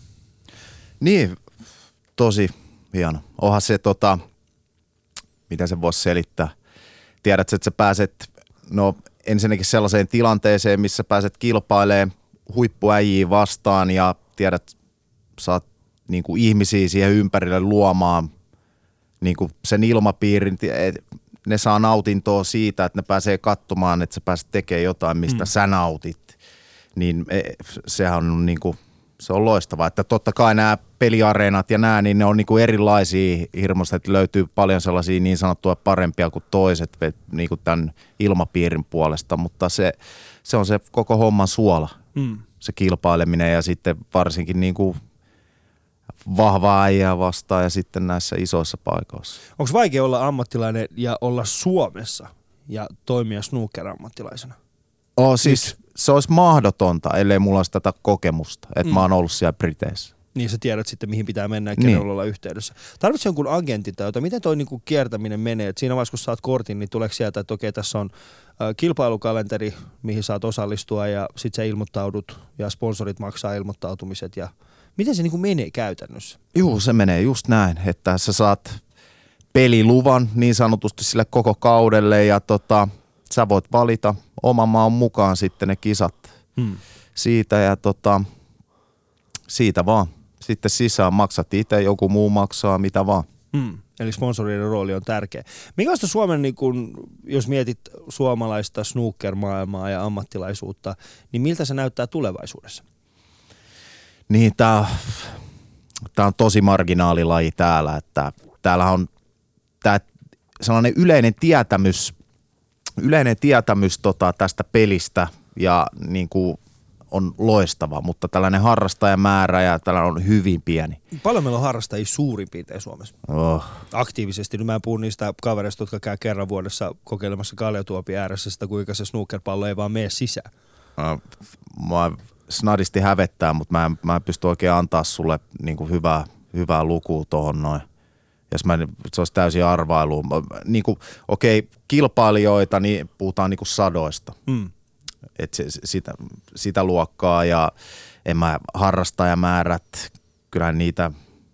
Niin, tosi hieno. Onhan se, tota, miten se voisi selittää. Tiedät, että sä pääset no, ensinnäkin sellaiseen tilanteeseen, missä pääset kilpailemaan huippuäjiä vastaan ja tiedät, saat niin kuin ihmisiä siihen ympärille luomaan niin kuin sen ilmapiirin. Ne saa nautintoa siitä, että ne pääsee katsomaan, että sä pääset tekemään jotain, mistä mm. sä nautit. Niin sehän on niin kuin, se on loistavaa, että totta kai nämä peliareenat ja nämä, niin ne on niinku erilaisia hirmuisesti, että löytyy paljon sellaisia niin sanottuja parempia kuin toiset niinku tämän ilmapiirin puolesta, mutta se, se on se koko homman suola, mm. se kilpaileminen ja sitten varsinkin niinku vahvaa äijää vastaan ja sitten näissä isoissa paikoissa. Onko vaikea olla ammattilainen ja olla Suomessa ja toimia snooker-ammattilaisena? Oh, siis Nyt. Se olisi mahdotonta, ellei mulla olisi tätä kokemusta, että mm. mä oon ollut siellä Briteissä. Niin sä tiedät sitten, mihin pitää mennä ja kenellä niin. olla yhteydessä. Tarvitsetko jonkun agentin tai jotain? Miten toi niinku kiertäminen menee? Et siinä vaiheessa, kun saat kortin, niin tuleeko sieltä, että okei, tässä on äh, kilpailukalenteri, mihin saat osallistua ja sit sä ilmoittaudut ja sponsorit maksaa ilmoittautumiset. Ja miten se niinku menee käytännössä? Juu, se menee just näin, että sä saat peliluvan niin sanotusti sille koko kaudelle ja tota, sä voit valita oman maan mukaan sitten ne kisat hmm. siitä ja tota, siitä vaan. Sitten sisään maksat itse, joku muu maksaa, mitä vaan. Hmm. Eli sponsorien rooli on tärkeä. Minkälaista Suomen, niin kun, jos mietit suomalaista snooker-maailmaa ja ammattilaisuutta, niin miltä se näyttää tulevaisuudessa? Niin, tää, tää on tosi marginaalilaji täällä, että täällä on tää sellainen yleinen tietämys, yleinen tietämys tota, tästä pelistä ja niin kuin on loistava, mutta tällainen harrastajamäärä ja tällainen on hyvin pieni. Paljon meillä on harrastajia suurin piirtein Suomessa? Oh. Aktiivisesti. Nyt mä en puhu niistä kavereista, jotka käy kerran vuodessa kokeilemassa kaljotuopin ääressä sitä, kuinka se snookerpallo ei vaan mene sisään. Uh, mä snadisti hävettää, mutta mä en, mä en pysty oikein antaa sulle niin kuin hyvää, hyvää lukua tuohon noin. Jos mä, se olisi täysin arvailu. Niin kuin, okei, kilpailijoita, niin puhutaan niin kuin sadoista. Mm. Et se, sitä, sitä luokkaa ja en mä harrastajamäärät, kyllähän niitä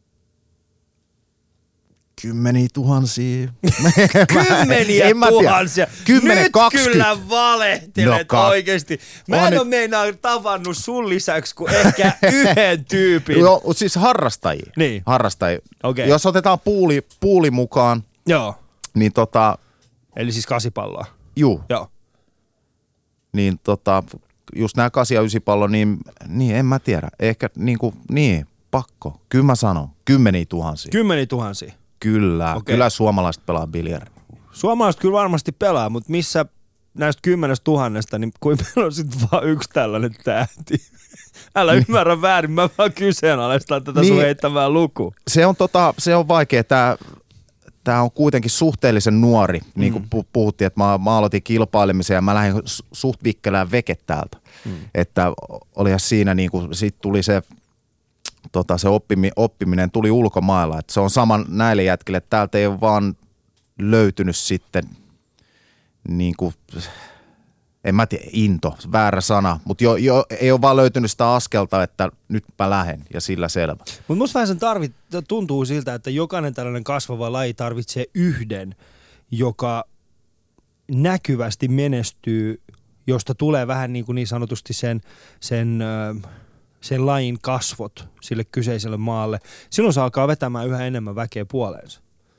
kymmeniä tuhansia. Kymmeniä tuhansia. Kymmenen, Nyt kaksikymmentä. Kyllä valehtelet no, oikeesti. Mä en ole meinaa tavannut sun lisäksi kuin ehkä yhden tyypin. Joo, siis harrastajia. Niin. Harrastajia. Okay. Jos otetaan puuli, puuli mukaan, joo. Niin tota... Eli siis kasipalloa. Juu. Joo. Niin tota, just nämä kasi- ja ysipallo, niin, niin en mä tiedä. Ehkä niinku, niin, pakko. Kyllä mä sanon, kymmeniä tuhansia. Kymmeniä tuhansia? Kyllä, okay. Kyllä suomalaiset pelaa biljardia. Suomalaiset kyllä varmasti pelaa, mutta missä näistä kymmenestä tuhannesta, niin kuin meillä on sitten vaan yksi tällainen tähti. Älä niin. Ymmärrä väärin, mä vaan kyseenalaistan tätä niin. Sun heittämää luku. Se on, tota, se on vaikea, tää... Tämä on kuitenkin suhteellisen nuori, niin kuin mm. puhuttiin, että mä, mä aloitin kilpailemisen ja mä lähdin suht vikkelään veke täältä. Mm. Että olihan siinä, niin kuin, sit tuli se, tota, se oppimi, oppiminen tuli ulkomailla. Että se on sama näille jätkille, että täältä ei ole vaan löytynyt sitten, niin kuin, en mä tiedä, into, väärä sana, mutta jo, jo, ei ole vaan löytynyt sitä askelta, että nyt mä lähden ja sillä selvä. Mutta musta vähän sen tarvit, tuntuu siltä, että jokainen tällainen kasvava laji tarvitsee yhden, joka näkyvästi menestyy, josta tulee vähän niin, kuin niin sanotusti sen, sen, sen lajin kasvot sille kyseiselle maalle. Silloin se alkaa vetämään yhä enemmän väkeä puoleensa.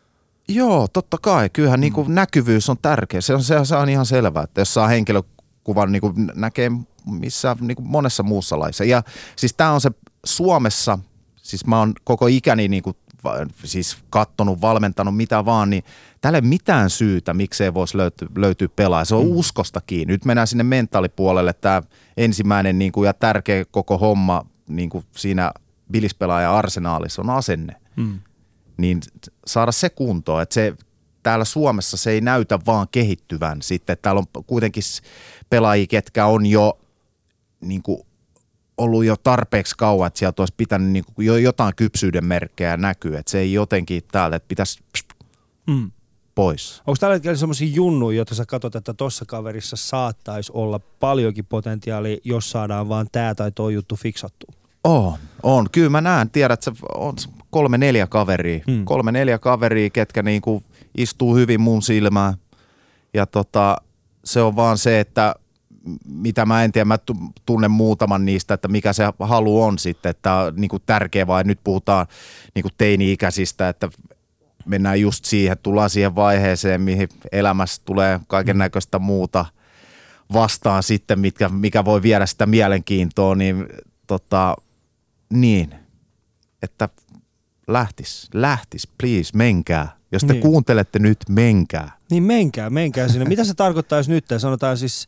Joo, totta kai. Kyllähän mm. niin kuin näkyvyys on tärkeä. Se on, se, se on ihan selvää, että jos saa henkilökuvan niin kuin näkee missä niin kuin monessa muussa laissa. Ja siis tämä on se Suomessa, siis mä oon koko ikäni niin kuin, siis kattonut, valmentanut, mitä vaan, niin täällä ei mitään syytä, miksei voisi löytyä, löytyä pelaaja. Se on mm. uskosta kiinni. Nyt mennään sinne mentaalipuolelle. Tämä ensimmäinen niin kuin, ja tärkeä koko homma niin kuin siinä bilispelaaja arsenaalissa on asenne. Mm. Niin saada se kuntoon, että se täällä Suomessa se ei näytä vaan kehittyvän sitten. Täällä on kuitenkin pelaajia, ketkä on jo niin kuin, ollut jo tarpeeksi kauan, että sieltä olisi pitänyt niin kuin, jo jotain kypsyyden merkkejä näkyä. Että se ei jotenkin täältä, että pitäisi mm. pois. Onko tällä hetkellä semmoisia junnuja, joita sä katsot, että tuossa kaverissa saattaisi olla paljonkin potentiaalia, jos saadaan vaan tää tai toi juttu fiksattu? On, on. Kyllä mä näen, tiedät, että se on kolme neljä kaveria. Hmm. Kolme neljä kaveria, ketkä niinku istuu hyvin mun silmään. Ja tota, se on vaan se, että mitä mä en tiedä, mä tunnen muutaman niistä, että mikä se halu on sitten, että on niinku tärkeä vai nyt puhutaan niinku teini-ikäisistä, että mennään just siihen, tullaan siihen vaiheeseen, mihin elämässä tulee kaiken näköistä muuta vastaan sitten, mitkä, mikä voi viedä sitä mielenkiintoa, niin tota, niin, että lähtis, lähtis, please, menkää. Jos te niin. kuuntelette nyt, menkää. Niin menkää, menkää sinne. Mitä se tarkoittaisi nyt? Sanotaan siis,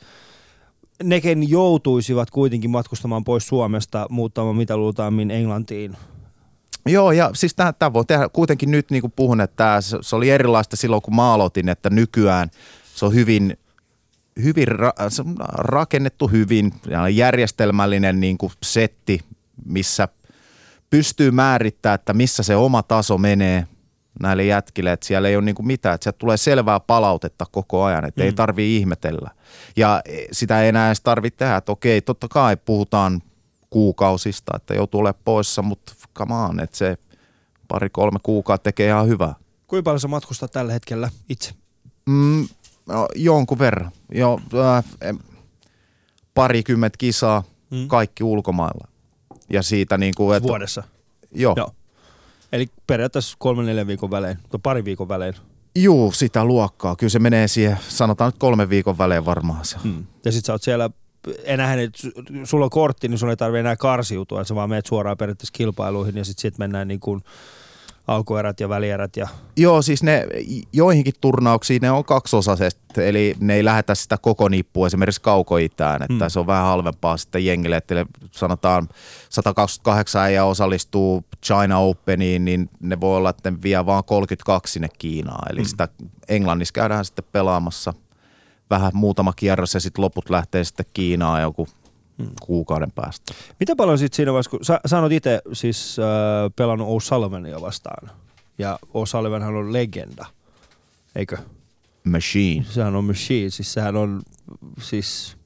nekin joutuisivat kuitenkin matkustamaan pois Suomesta, muuttamaan mitä luultaammin Englantiin. Joo, ja siis tämä voi tehdä kuitenkin nyt, niin kuin puhun, että tää, se oli erilaista silloin, kun mä aloitin, että nykyään se on hyvin, hyvin ra- se on rakennettu hyvin, järjestelmällinen niin kuin setti, missä pystyy määrittämään, että missä se oma taso menee näille jätkille, että siellä ei ole niin kuin mitään, että sieltä tulee selvää palautetta koko ajan, että mm. ei tarvitse ihmetellä. Ja sitä ei enää edes tarvitse tehdä, että okei, totta kai puhutaan kuukausista, että joutuu olemaan poissa, mutta come on, että se pari-kolme kuukautta tekee ihan hyvää. Kuinka paljon sä matkustat tällä hetkellä itse? Mm, no, jonkun verran. Jo, äh, parikymmentä kisaa, mm. kaikki ulkomailla. Ja siitä niin kuin, että vuodessa? Joo. Joo. Eli periaatteessa kolmen neljän viikon välein, tai pari viikon välein. Juu, sitä luokkaa. Kyllä se menee siihen, sanotaan nyt kolmen viikon välein varmaan se. Hmm. Ja sit sä oot siellä, enää että sulla on kortti, niin sun ei tarvitse enää karsiutua, että sä vaan meet suoraan periaatteessa kilpailuihin ja sit sit mennään niin kuin alkuerät ja välierät. Ja joo, siis ne joihinkin turnauksiin ne on kaksiosaisesti, eli ne ei lähetä sitä koko nippua esimerkiksi kaukoitään, että mm. se on vähän halvempaa sitten jengille, että sanotaan sata kaksikymmentäkahdeksan ja osallistuu China Openiin, niin ne voi olla, että ne vie vaan kolmekymmentäkaksi sinne Kiinaan, eli mm. sitä Englannissa käydään sitten pelaamassa vähän muutama kierros ja sitten loput lähtee sitten Kiinaan joku Hmm. kuukauden päästä. Mitä paljon sitten siinä vaiheessa, kun sä, sä oot itse siis äh, pelannut O'Sullivania vastaan, ja O'Sullivanhan on legenda, eikö? Machine. Sehän on machine, siis sehän on siis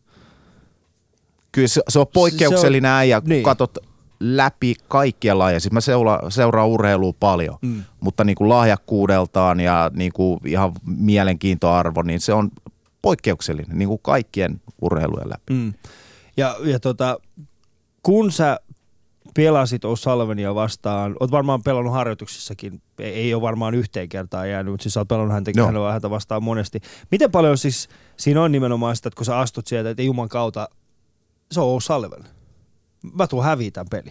kyllä se, se on poikkeuksellinen äijä, kun niin. katsot läpi kaikkia lajeja. Siis mä seura, seuraan urheilua paljon, mm. mutta niin kuin lahjakkuudeltaan ja niin kuin ihan mielenkiintoarvo, niin se on poikkeuksellinen niin kuin kaikkien urheilujen läpi. Mm. Ja, ja tota, kun sä pelasit O'Sullivania vastaan, oot varmaan pelannut harjoituksissakin, ei, ei ole varmaan yhteen kertaan jäänyt, mutta siis sä oot pelannut häntä, no. häntä vastaan monesti. Miten paljon siis siinä on nimenomaan sitä, että kun sä astut sieltä, että juman kautta, se on O'Sullivan. Mä tuun häviä tämän peli.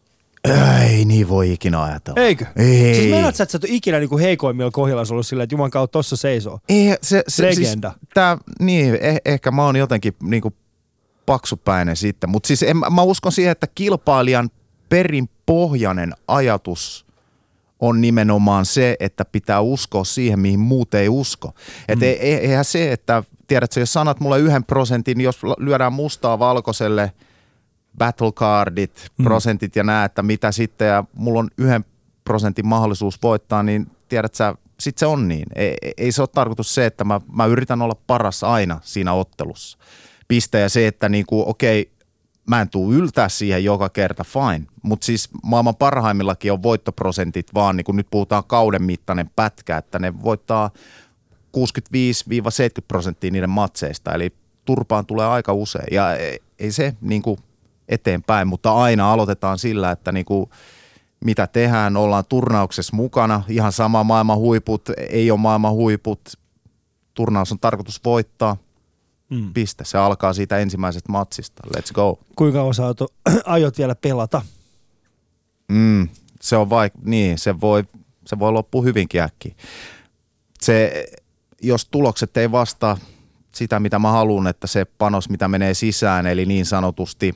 Ei niin voi ikinä ajatella. Eikö? Ei. Siis meinaat sä, että sä et ole ikinä niin kuin heikoimmilla kohdilla ollut silleen, että juman kautta tossa seisoo. Ei, se, se, legenda. Siis, tää, niin, eh, ehkä mä oon jotenkin niin kuin paksupäinen sitten, mutta siis en, mä uskon siihen, että kilpailijan perinpohjainen ajatus on nimenomaan se, että pitää uskoa siihen, mihin muut ei usko. Että mm. eihän se, että tiedätkö, jos sanat mulle yhden prosentin, jos lyödään mustaa valkoiselle battle cardit, mm. prosentit ja nää, että mitä sitten, ja mulla on yhden prosentin mahdollisuus voittaa, niin tiedätkö sä, sit se on niin. Ei, ei se ole tarkoitus se, että mä, mä yritän olla paras aina siinä ottelussa. Piste ja se, että niinku, okei, mä en tuu yltää siihen joka kerta, fine. Mutta siis maailman parhaimmillakin on voittoprosentit vaan, niin kun nyt puhutaan kauden mittainen pätkä, että ne voittaa kuusikymmentäviisi seitsemänkymmentä prosenttia niiden matseista. Eli turpaan tulee aika usein ja ei se niinku eteenpäin, mutta aina aloitetaan sillä, että niinku mitä tehdään, ollaan turnauksessa mukana, ihan sama maailman huiput, ei ole maailman huiput, turnaus on tarkoitus voittaa, mm. piste, se alkaa siitä ensimmäisestä matsista, let's go. Kuinka osaat aiot vielä pelata? Mm, se on vaik- niin, se voi, se voi loppua hyvinkin äkkiä. Se, jos tulokset ei vastaa sitä, mitä mä haluan, että se panos, mitä menee sisään, eli niin sanotusti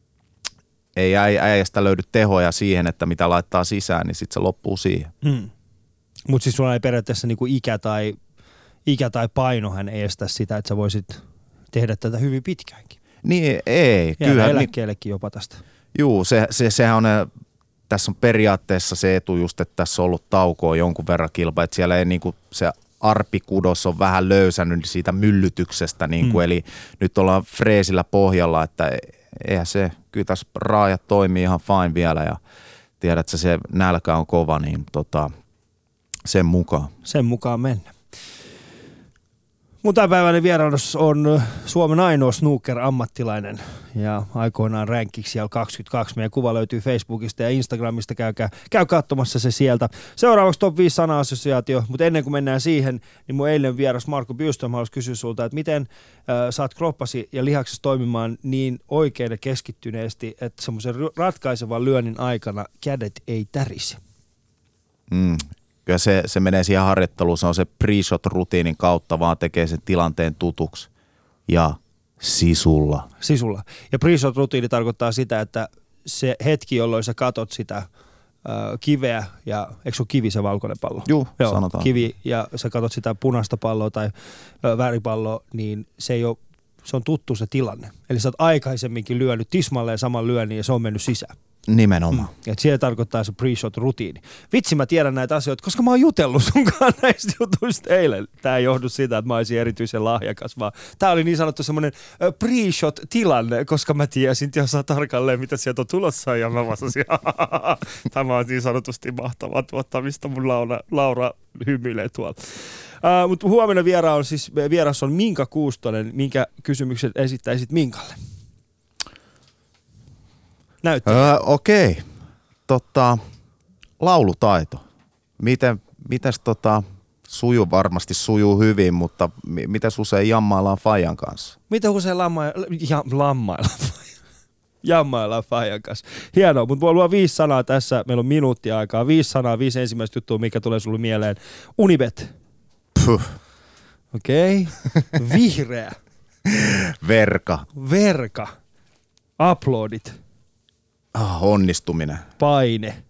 ei äijästä löydy tehoja siihen, että mitä laittaa sisään, niin sitten se loppuu siihen. Mm. Mutta siis sulla ei periaatteessa niinku ikä, tai, ikä tai painohan estä sitä, että sä voisit tehdä tätä hyvin pitkäänkin. Niin, ei. Jäädä kyllä, eläkkeellekin jopa tästä. Juu, se, se, sehän on, tässä on periaatteessa se etu just, että tässä on ollut taukoa jonkun verran kilpa, että siellä ei niinku se arpikudos on vähän löysännyt siitä myllytyksestä, niinku, mm. eli nyt ollaan freesillä pohjalla, että eihän se, kyllä tässä raajat toimii ihan fine vielä ja tiedät, että se nälkä on kova, niin tota, sen mukaan. Sen mukaan mennä. Mun tämänpäiväinen vierailussa on Suomen ainoa snooker-ammattilainen ja aikoinaan rankiksi siellä kaksikymmentäkaksi. Meidän kuva löytyy Facebookista ja Instagramista, käykää, käy katsomassa se sieltä. Seuraavaksi top viisi sana-assosiaatio, mutta ennen kuin mennään siihen, niin mun eilen vieras Marko Bjurström haluaisi kysyä sulta, että miten äh, saat kroppasi ja lihaksesi toimimaan niin oikein ja keskittyneesti, että semmoisen ratkaisevan lyönnin aikana kädet ei tärisi. Mm. Kyllä se, se menee siihen harjoitteluun, se on se pre-shot-rutiinin kautta, vaan tekee sen tilanteen tutuksi ja sisulla. Sisulla. Ja pre-shot-rutiini tarkoittaa sitä, että se hetki, jolloin sä katot sitä äh, kiveä, ja eikö se ole kivi se valkoinen pallo? Juh, Joo, sanotaan. Kivi, ja sä katot sitä punaista palloa tai äh, väripalloa, niin se ei ole, se on tuttu se tilanne. Eli sä oot aikaisemminkin lyönyt tismalleen saman lyönnin, ja se on mennyt sisään. Nimenomaan. Mm. Että siellä tarkoittaa se pre-shot-rutiini. Vitsi, mä tiedän näitä asioita, koska mä oon jutellut sunkaan näistä jutuista eilen. Tää ei johdu siitä, että mä olisin erityisen lahjakas, vaan tää oli niin sanottu semmoinen pre-shot-tilanne, koska mä tiesin ihan tarkalleen, mitä sieltä on tulossa, ja mä vastasin, tämä on niin sanotusti mahtavaa tuottamista, mun Laura, Laura hymyilee tuolla. Uh, mutta huomenna viera on siis, vieras on Minka Kuustonen. Minkä kysymykset esittäisit Minkalle? Öö, Okei. Okay. Tota, laulutaito. Miten, mites tota, sujuu, varmasti sujuu hyvin, mutta m- miten usein jammaillaan faijan kanssa? Miten usein lammaillaan? Ja, lammaillaan jammaillaan faijan kanssa. Hienoa, mutta mulla on viisi sanaa tässä. Meillä on minuutti aikaa. Viisi sanaa, viisi ensimmäistä juttua, mikä tulee sulle mieleen. Unibet. Puh. Okei. Okay. Vihreä. Verka. Verka. Uploadit. Ah, onnistuminen. Paine.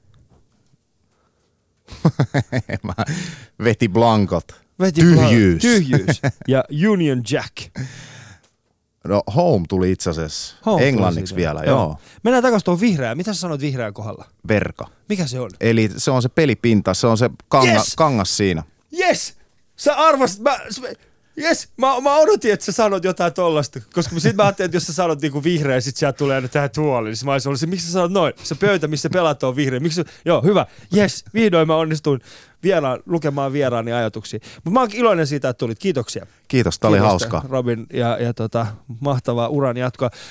Mä veti blankot. Veti Tyhjyys. Blank. Tyhjyys. Ja Union Jack. No home tuli itse asiassa. Home englanniksi vielä, joo. joo. Mennään takaisin tuohon vihreään. Mitä sä sanot vihreän kohdalla? Verka. Mikä se on? Eli se on se pelipinta, se on se kanga, yes! kangas siinä. Yes! Sä arvasit, mä... Jes, mä, mä odotin, että sä sanot jotain tollasta, koska sit mä ajattelin, että jos sä sanot niinku vihreä, sit sieltä tulee aina tähän tuoliin, niin mä olisin ollut se, miksi sä sanot noin? Se pöytä, missä pelaat on vihreä. Miksi sä... Joo, hyvä. Jes, vihdoin mä onnistuin vieraan, lukemaan vieraani ajatuksia. Mutta mä oon iloinen siitä, että tulit. Kiitoksia. Kiitos, tää oli Kiitos, hauskaa. Robin, ja, ja tota, mahtavaa uran jatkoa.